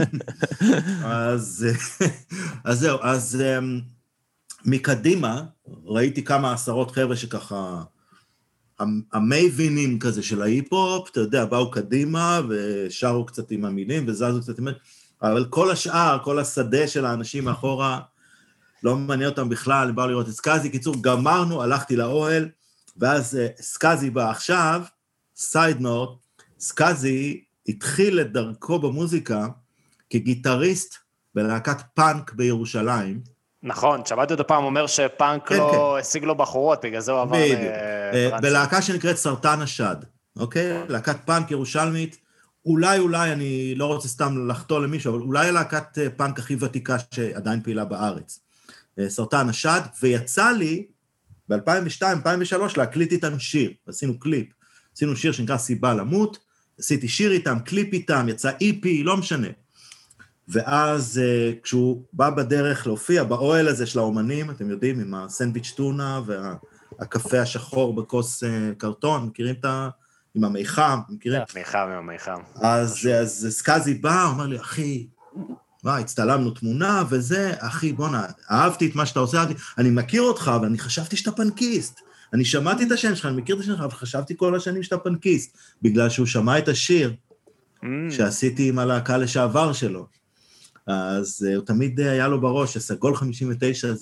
Speaker 7: אז זהו, אז מקדימה, ראיתי כמה עשרות חבר'ה שככה, המייבינים כזה של ההיפ-הופ, אתה יודע, באו קדימה ושרו קצת עם המילים וזזו קצת עם... אבל כל השאר, כל השדה של האנשים מאחורה, לא מעניין אותם בכלל, הם באו לראות את סקאזי, קיצור, גמרנו, הלכתי לאוהל, ואז סקאזי בא עכשיו, סייד נוט, סקאזי התחיל את דרכו במוזיקה כגיטריסט בלהקת פאנק בירושלים.
Speaker 5: נכון, שמעתי אותו פעם אומר שפאנק לא השיג לו בחורות, בגלל זה הוא עבר
Speaker 7: בלהקה שנקראת סרטן השד, אוקיי? להקת פאנק ירושלמית, אולי, אני לא רוצה סתם לחתור למישהו, אבל אולי הלהקת פאנק הכי ותיקה שעדיין פעילה בארץ. סרטן השד, ויצא לי ב-2002-2003 להקליט איתם שיר, עשינו קליפ, עשינו שיר שנקרא סיבה למות, עשיתי שיר איתם, קליפ איתם, יצא איפי, לא משנה. ואז כשהוא בא בדרך להופיע, באוהל הזה של האומנים, אתם יודעים, עם הסנדוויץ' טונה והקפה השחור בכוס קרטון, מכירים את ה... עם המיחם, מכירים?
Speaker 5: מיחם.
Speaker 7: אז סקאזי בא, אומר לי, אחי, הצטלמנו תמונה וזה, אחי, בונה, אהבתי את מה שאתה עושה, אני מכיר אותך, אבל אני חשבתי שאתה פנקיסט. אני שמעתי את השם שלך, אני מכיר את השם שלך, אבל חשבתי כל השנים שאתה פנקיסט, בגלל שהוא שמע את השיר שעשיתי עם הלהקה לשעבר שלו. אז הוא תמיד היה לו בראש, שסגול 59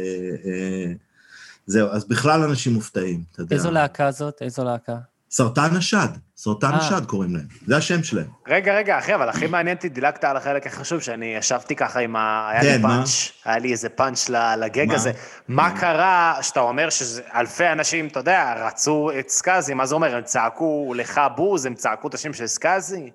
Speaker 7: זהו, אז בכלל אנשים מופתעים, אתה יודע.
Speaker 6: איזו להקה זאת? איזו להקה?
Speaker 7: סרטן השד, סרטן השד קוראים להם, זה השם שלהם.
Speaker 5: רגע, אחי, אבל הכי מעניין אותי, דילגת על החלק החשוב, שאני ישבתי ככה עם היה לי איזה פאנץ' לגג הזה. מה קרה, שאתה אומר שאלפי אנשים, אתה יודע, רצו את סקאזי, מה זה אומר? הם צעקו לך בוז, הם צעקו את השם של סקאזי?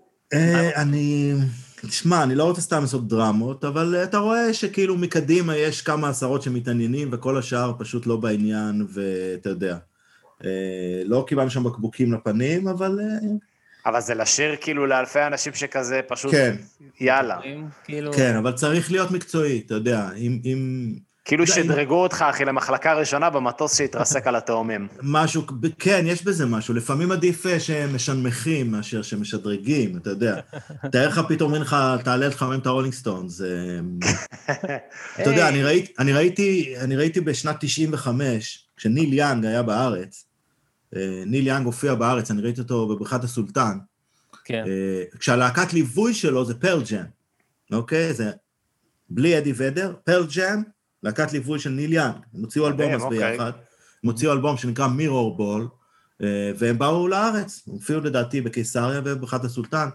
Speaker 7: תשמע, אני לא רוצה סתם לעשות דרמות, אבל אתה רואה שכאילו מקדימה יש כמה עשרות שמתעניינים, וכל השאר פשוט לא בעניין, ואתה יודע. לא קיבלנו שם בקבוקים לפנים, אבל...
Speaker 5: אבל זה לשיר כאילו לאלפי אנשים שכזה פשוט...
Speaker 7: כן.
Speaker 5: יאללה.
Speaker 7: כן, אבל צריך להיות מקצועי, אתה יודע, אם...
Speaker 5: כאילו שדרגו אותך, אחי, למחלקה ראשונה במטוס שהתרסק על התאומים.
Speaker 7: משהו, כן, יש בזה משהו. לפעמים עדיף שהם משנמכים מאשר שמשדרגים, אתה יודע. תאר לך פתאום אומרים לך, תעלה לחמם את הרולינג סטונס. אתה יודע, אני ראיתי בשנת 95, כשניל יאנג היה בארץ, ניל יאנג הופיע בארץ, אני ראיתי אותו בבריכת הסולטן, כשהלהקת ליווי שלו זה פרל ג'ם, אוקיי? זה בלי אדי ודר, פרל ג'ם, להקת ליווי של ניל יאנג, הם הוציאו אלבום אז ביחד, הם הוציאו אלבום שנקרא מירור בול, והם באו לארץ, הם הופיעו לדעתי בקיסריה ובבריכת הסולטן,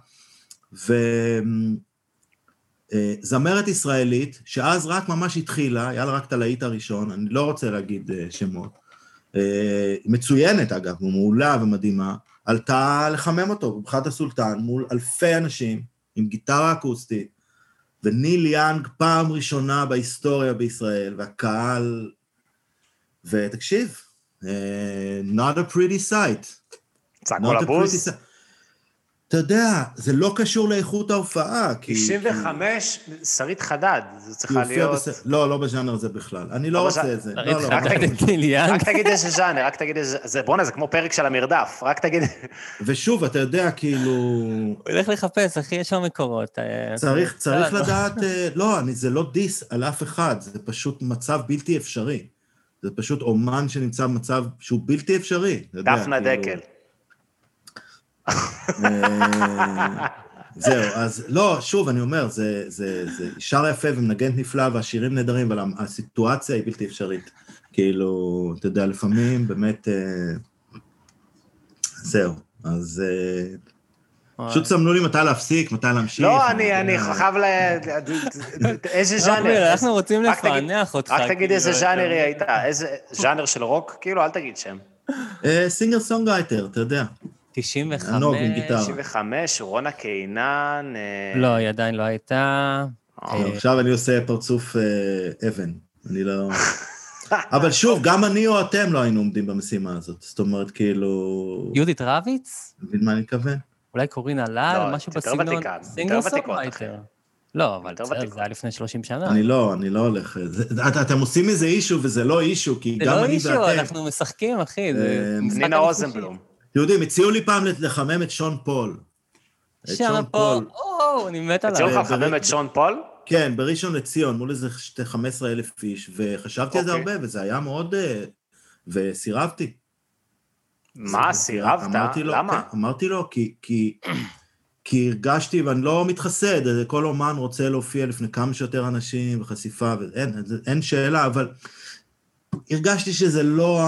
Speaker 7: וזמרת ישראלית, שאז רק ממש התחילה, היה לה רק את הלהיט הראשון, אני לא רוצה להגיד שמות, מצוינת אגב, מעולה ומדהימה, עלתה לחמם אותו בבריכת הסולטן מול אלפי אנשים עם גיטרה אקוסטית, וניל יאנג פעם ראשונה בהיסטוריה בישראל, והקהל, ותקשיב, Not a pretty sight.
Speaker 5: צעקו לבוז.
Speaker 7: אתה יודע, זה לא קשור לאיכות ההופעה.
Speaker 5: 95, שרית חדד, זה צריכה להיות...
Speaker 7: לא בז'אנר הזה בכלל. אני לא רוצה את זה.
Speaker 5: רק תגיד איזה ז'אנר, רק תגיד איזה... בוא'נה, זה כמו פרק של המרדף, רק תגיד...
Speaker 7: ושוב, אתה יודע, כאילו...
Speaker 6: הוא הולך לחפש, אחי, יש לו מקורות.
Speaker 7: צריך לדעת... לא, זה לא דיס על אף אחד, זה פשוט מצב בלתי אפשרי. זה פשוט אומן שנמצא במצב שהוא בלתי אפשרי.
Speaker 5: דפנה דקל.
Speaker 7: זהו, אז לא, שוב, אני אומר, זה שר יפה ומנגנת נפלא והשירים נהדרים, אבל הסיטואציה היא בלתי אפשרית. כאילו, אתה יודע, לפעמים באמת, זהו, אז פשוט סמנו לי מתי להפסיק, מתי להמשיך.
Speaker 5: לא, אני חייב איזה ז'אנר.
Speaker 6: אנחנו רוצים לפענח אותך.
Speaker 5: רק תגיד איזה ז'אנר היא הייתה, איזה ז'אנר של רוק, כאילו, אל תגיד שם.
Speaker 7: סינגר סונגרייטר, אתה יודע.
Speaker 6: 95,
Speaker 5: רונה קינן.
Speaker 6: לא, היא עדיין לא הייתה.
Speaker 7: עכשיו אני עושה פרצוף אבן, אני לא... אבל שוב, גם אני או אתם לא היינו עומדים במשימה הזאת, זאת אומרת, כאילו...
Speaker 6: יהודית רביץ?
Speaker 7: מבין מה אני מכוון?
Speaker 6: אולי קורין הלל, משהו בסגנון. סינגר סונגרייטר. לא, אבל זה היה לפני 30 שנה.
Speaker 7: אני לא הולך... אתם עושים איזה אישו וזה לא אישו, כי גם אני ואתם...
Speaker 6: זה לא אישו, אנחנו משחקים, אחי.
Speaker 5: נינה רוזנבלום.
Speaker 7: יהודים, הציעו לי פעם לחמם את שון פול.
Speaker 6: שון פול, אני מת עליו.
Speaker 5: הציעו לך לחמם את שון פול?
Speaker 7: כן, בראשון לציון, מול איזה 15,000 איש, וחשבתי על זה הרבה, וזה היה מאוד... וסירבתי.
Speaker 5: מה, סירבת? למה?
Speaker 7: אמרתי לו, כי הרגשתי, ואני לא מתחסד, כל אומן רוצה להופיע לפני כמה שיותר אנשים, וחשיפה, ואין שאלה, אבל הרגשתי שזה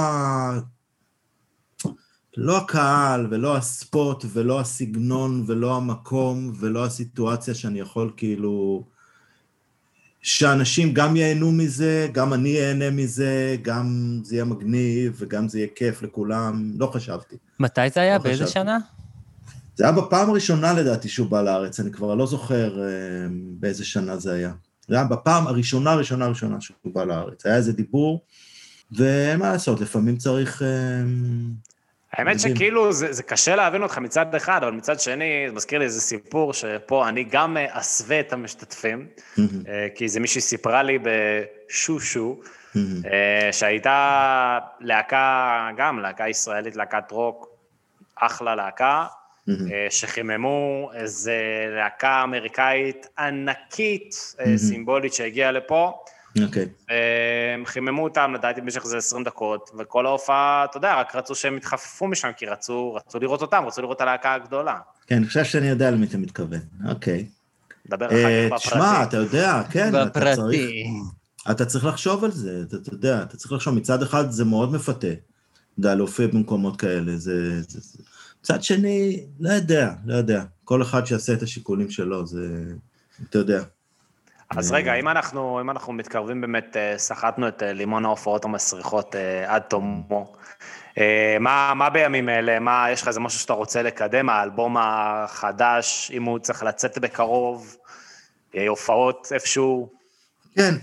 Speaker 7: לא הקהל, ולא הספוט, ולא הסגנון, ולא המקום, ולא הסיטואציה שאני יכול כאילו... שאנשים גם ייהנו מזה, גם אני ייהנה מזה, גם זה יהיה מגניב, וגם זה יהיה כיף לכולם. לא חשבתי.
Speaker 6: מתי זה היה? באיזה שנה?
Speaker 7: זה היה בפעם הראשונה לדעתי שהוא בא לארץ, אני כבר לא זוכר באיזה שנה זה היה. זה היה בפעם הראשונה שהוא בא לארץ. היה איזה דיבור, ואין מה לעשות, לפעמים צריך...
Speaker 5: האמת שכאילו זה קשה להבין אותך מצד אחד, אבל מצד שני, זה מזכיר לי איזה סיפור שפה אני גם אסווה את המשתתפים, כי זה מישהי סיפרה לי בשושו, שהייתה להקה ישראלית, להקת רוק, אחלה להקה, שחיממו איזה להקה אמריקאית ענקית, סימבולית שהגיעה לפה, הם חיממו אותם, לדעתי במשך זה 20 דקות, וכל ההופעה, אתה יודע, רק רצו שהם יתחפפו משם, כי רצו לראות אותם, רצו לראות את הלהקה הגדולה.
Speaker 7: כן, אני חושב שאני יודע למי אתה מתכוון, אוקיי.
Speaker 5: דבר אחר כך בפרטי.
Speaker 7: תשמע, אתה יודע, כן,
Speaker 6: בפרטי.
Speaker 7: אתה צריך לחשוב על זה, אתה יודע, אתה צריך לחשוב, מצד אחד זה מאוד מפתה, אתה יודע, להופיע במקומות כאלה, מצד שני, לא יודע, כל אחד שיעשה את השיקולים שלו, זה, אתה יודע.
Speaker 5: אז רגע, אם אנחנו מתקרבים באמת, שחטנו את לימון ההופעות המסריחות עד תומו, מה בימים אלה, יש לך איזה משהו שאתה רוצה לקדם, האלבום החדש, אם הוא צריך לצאת בקרוב, הופעות איפשהו?
Speaker 7: כן,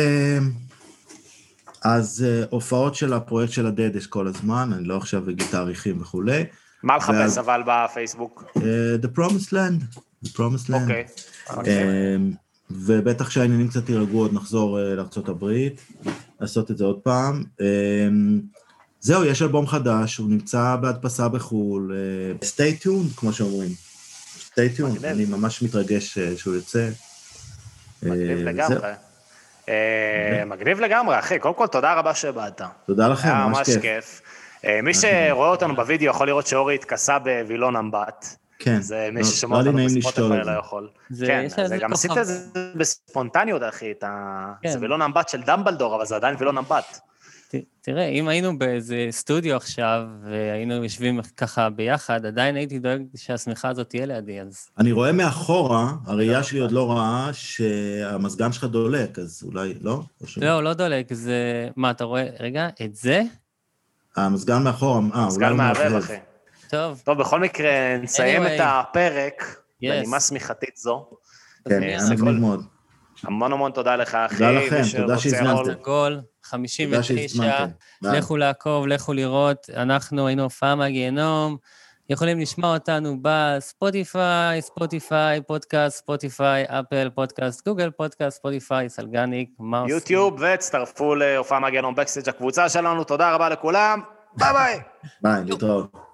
Speaker 7: אז הופעות של הפרויקט של הדד יש כל הזמן, אני לא עכשיו אגיד תאריכים וכו'.
Speaker 5: מה לחפש אבל בפייסבוק?
Speaker 7: The Promised Land.
Speaker 5: אוקיי.
Speaker 7: ובטח שהעניינים קצת ירגעו, עוד נחזור לארצות הברית, לעשות את זה עוד פעם. זהו, יש אלבום חדש, הוא נמצא בהדפסה בחול, stay tuned, כמו שאומרים. stay tuned, אני ממש מתרגש שהוא יוצא.
Speaker 5: מגניב לגמרי. מגניב לגמרי, אחי. קודם כל, תודה רבה שבאת.
Speaker 7: תודה לכם, ממש כיף.
Speaker 5: מי שרואה אותנו בווידאו יכול לראות שאורי התכסה בווילון אמבט.
Speaker 7: כן.
Speaker 5: זה מי ששומע אותנו בספוטיפיי לא יכול. כן, זה גם עשית את זה בספונטניות, אחי, זה וילון אמבט של דמבלדור, אבל זה עדיין וילון אמבט.
Speaker 6: תראה, אם היינו באיזה סטודיו עכשיו, והיינו יושבים ככה ביחד, עדיין הייתי דואג שהשמחה הזאת תהיה לידי, אז...
Speaker 7: אני רואה מאחורה, הראייה שלי עוד לא ראה, שהמזגן שלך דולק, אז אולי, לא?
Speaker 6: לא, לא דולק, זה... מה, אתה רואה, רגע, את זה?
Speaker 7: המזגן מאחורה,
Speaker 5: אולי הוא מערבב, אחי.
Speaker 6: טוב.
Speaker 5: טוב, בכל מקרה, נסיים את הפרק, בנימה שמחתית זו.
Speaker 7: כן, היה מגניב מאוד.
Speaker 5: המון תודה לך, אחי.
Speaker 7: תודה לכם, תודה שהזמנתם.
Speaker 6: גול, 59, לכו לעקוב, לכו לראות, אנחנו היינו הופעה מהגיהנום, יכולים לשמוע אותנו בספוטיפיי, פודקאסט, ספוטיפיי, אפל פודקאסט, גוגל פודקאסט, ספוטיפיי, סלגניק, מרס.
Speaker 5: יוטיוב, והצטרפו להופעה מהגיהנום בקסטייג' הקבוצה שלנו, תודה רבה לכולם, ביי ביי.
Speaker 7: ביי, להתראות.